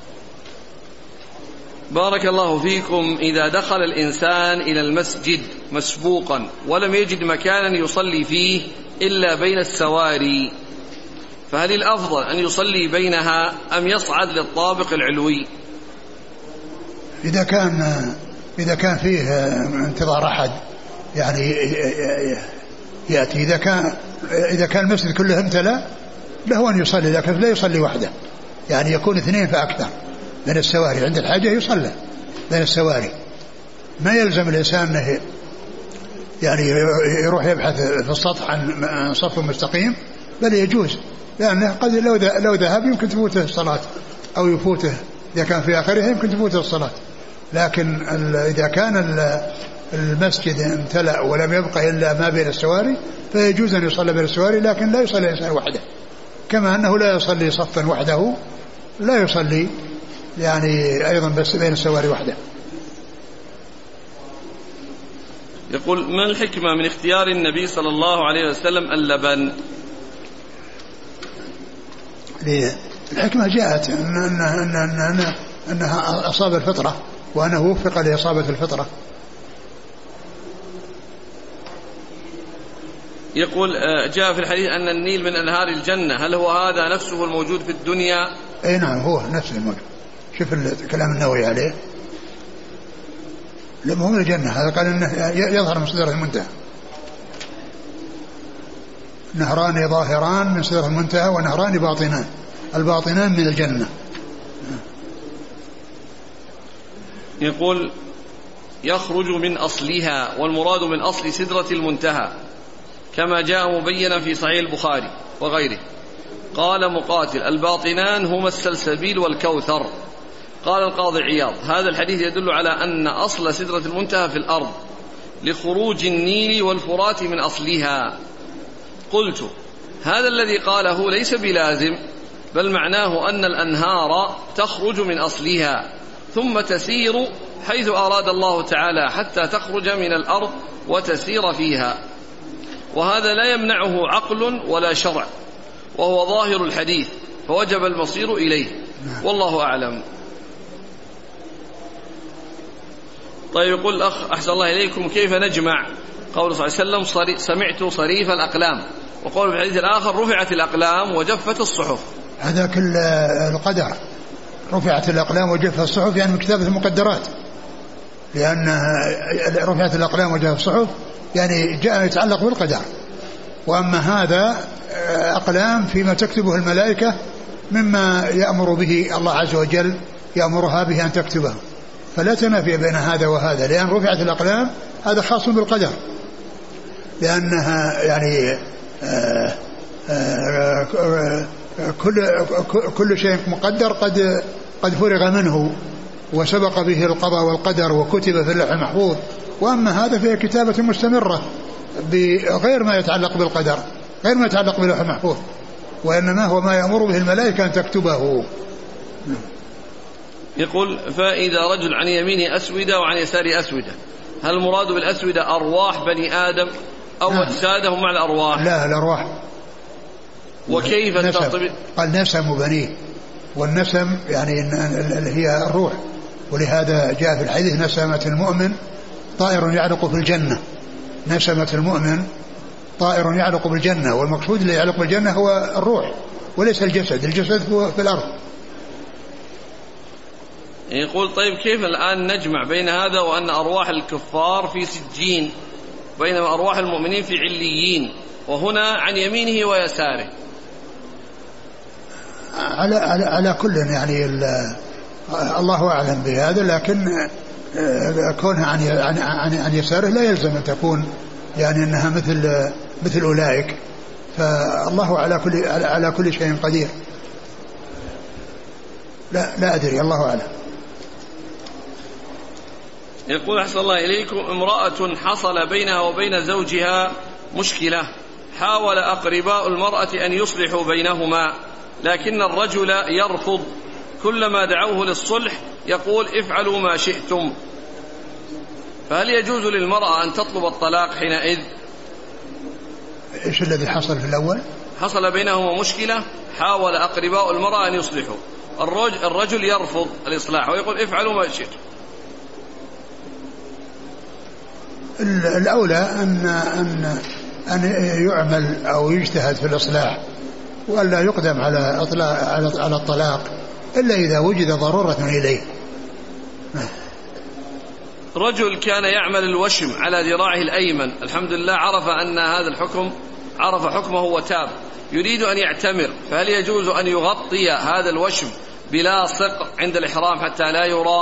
بارك الله فيكم. إذا دخل الإنسان إلى المسجد مسبوقا ولم يجد مكانا يصلي فيه إلا بين السواري، فهل الأفضل أن يصلي بينها أم يصعد للطابق العلوي؟ إذا كان إذا كان فيه انتظار أحد يعني يأتي، إذا كان إذا كان المسجد كله امتلأ له أن يصلي، لكن لا يصلي وحده، يعني يكون اثنين فأكثر بين السواري، عند الحاجة يصلى بين السواري. ما يلزم الإنسان أنه يعني يروح يبحث في السطح عن صف مستقيم، بل يجوز، لأنه قد لو لو ذهب يمكن تفوته الصلاة أو يفوته إذا كان في آخرها يمكن تفوته الصلاة. لكن إذا كان المسجد امتلأ ولم يبقى إلا ما بين السواري فيجوز أن يصلي بين السواري، لكن لا يصلي الإنسان وحده، كما أنه لا يصلي صفا وحده، لا يصلي يعني أيضا بس بين السواري وحده. يقول ما الحكمة من اختيار النبي صلى الله عليه وسلم اللبن؟ الحكمة جاءت أن أن أن أن أنها أصاب الفطرة وأنه وفق لإصابة الفطرة. يقول جاء في الحديث أن النيل من أنهار الجنة، هل هو هذا نفسه الموجود في الدنيا؟ أي نعم هو نفسه الموجود. شوف الكلام النووي عليه، لما هو من الجنة، هذا قال إنه يظهر من سدرة المنتهى، نهران ظاهران من سدرة المنتهى ونهران باطنان، الباطنان من الجنة. يقول يخرج من أصلها، والمراد من أصل سدرة المنتهى كما جاء مبينا في صحيح البخاري وغيره. قال مقاتل الباطنان هما السلسبيل والكوثر. قال القاضي عياض هذا الحديث يدل على أن أصل سدرة المنتهى في الأرض لخروج النيل والفرات من أصلها. قلت هذا الذي قاله ليس بلازم، بل معناه أن الأنهار تخرج من أصلها ثم تسير حيث أراد الله تعالى حتى تخرج من الأرض وتسير فيها، وهذا لا يمنعه عقل ولا شرع، وهو ظاهر الحديث، فوجب المصير إليه، والله أعلم. طيب يقول الأخ أحسن الله إليكم كيف نجمع قول صلى الله عليه وسلم سمعت صريف الأقلام، وقول في الحديث الآخر رفعت الأقلام وجفت الصحف؟ هذا كل القدر، رفعت الأقلام وجفت الصحف يعني من كتابة المقدرات، لأن رفعت الأقلام وجفت الصحف يعني جاء يتعلق بالقدر، وأما هذا أقلام فيما تكتبه الملائكة مما يأمر به الله عز وجل، يأمرها به أن تكتبه، فلا تنافي بين هذا وهذا، لأن رفعت الأقلام هذا خاص بالقدر، لأنها يعني آآ آآ كل كل شيء مقدر قد قد فرغ منه وسبق به القضاء والقدر وكتب في اللوح المحفوظ، وأما هذا فهي كتابة مستمرة بغير ما يتعلق بالقدر، غير ما يتعلق باللوح المحفوظ، وإنما هو ما يأمر به الملائكة أن تكتبه. يقول فإذا رجل عن يمينه أسودة وعن يساره أسودة، هل المراد بالأسودة أرواح بني آدم أو أجسادهم مع الأرواح؟ لا الأرواح. وكيف نسم. قال نسم بنيه، والنسم يعني هي الروح، ولهذا جاء في الحديث نسمة المؤمن طائر يعلق في الجنة، نسمة المؤمن طائر يعلق بالجنة، والمقصود اللي يعلق بالجنة هو الروح وليس الجسد، الجسد هو في الأرض. يقول طيب كيف الآن نجمع بين هذا وأن أرواح الكفار في سجين بينما أرواح المؤمنين في عليين، وهنا عن يمينه ويساره؟ على على, على كل يعني الله أعلم بهذا، لكن كونها عن عن عن يساره لا يلزم أن تكون يعني أنها مثل مثل أولئك، فالله على كل على كل شيء قدير. لا لا أدري، الله أعلم. يقول أحسن الله إليكم امرأة حصل بينها وبين زوجها مشكلة، حاول أقرباء المرأة أن يصلحوا بينهما، لكن الرجل يرفض، كلما دعوه للصلح يقول افعلوا ما شئتم، فهل يجوز للمرأة أن تطلب الطلاق حينئذ؟ إيش الذي حصل في الأول؟ حصل بينهما مشكلة، حاول أقرباء المرأة أن يصلحوا، الرجل, الرجل يرفض الإصلاح ويقول افعلوا ما شئتم. الأولى أن أن أن يعمل أو يجتهد في الإصلاح، وألا يقدم على على الطلاق إلا إذا وجد ضرورة إليه. رجل كان يعمل الوشم على ذراعه الأيمن، الحمد لله عرف أن هذا الحكم، عرف حكمه وتاب، يريد أن يعتمر، فهل يجوز أن يغطي هذا الوشم بلاصق عند الإحرام حتى لا يرى؟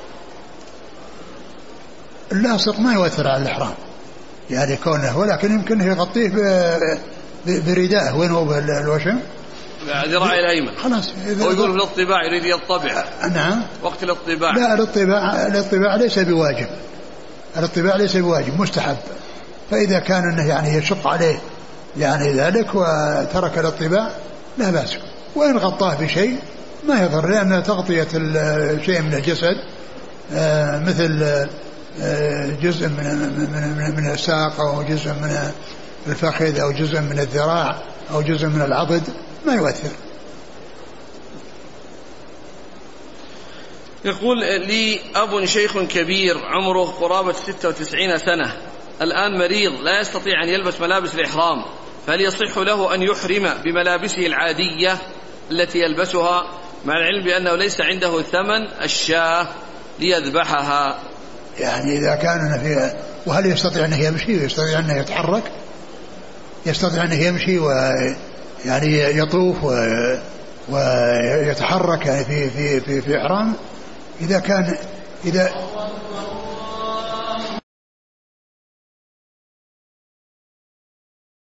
اللاصق ما يؤثر على الإحرام يعني كونه، ولكن يمكن يغطيه برداء. وين هو الوشم؟ ذراعه الأيمن خلاص. هو يقول في الاطباع يريد يطبع. نعم وقت الاطباع. لا الاطباع الاطباع ليس بواجب، الاطباع ليس بواجب، مستحب، فإذا كان انه يعني يشق عليه يعني ذلك وترك الاطباع لا بأس، وإن غطاه بشيء ما يضر، لأن تغطية شيء من الجسد مثل جزء من من من الساق أو جزء من الفخذ أو جزء من الذراع أو جزء من العضد ما يؤثر. يقول لي أب شيخ كبير عمره قرابة ستة وتسعين سنة، الآن مريض لا يستطيع أن يلبس ملابس الإحرام، فهل يصح له أن يحرم بملابسه العادية التي يلبسها مع العلم بأنه ليس عنده ثمن الشاة ليذبحها؟ يعني إذا كان فيها، وهل يستطيع أنه يمشي ويستطيع أنه يتحرك؟ يستطيع أنه يمشي ويعني يطوف ويتحرك يعني في في في في إحرام. إذا كان إذا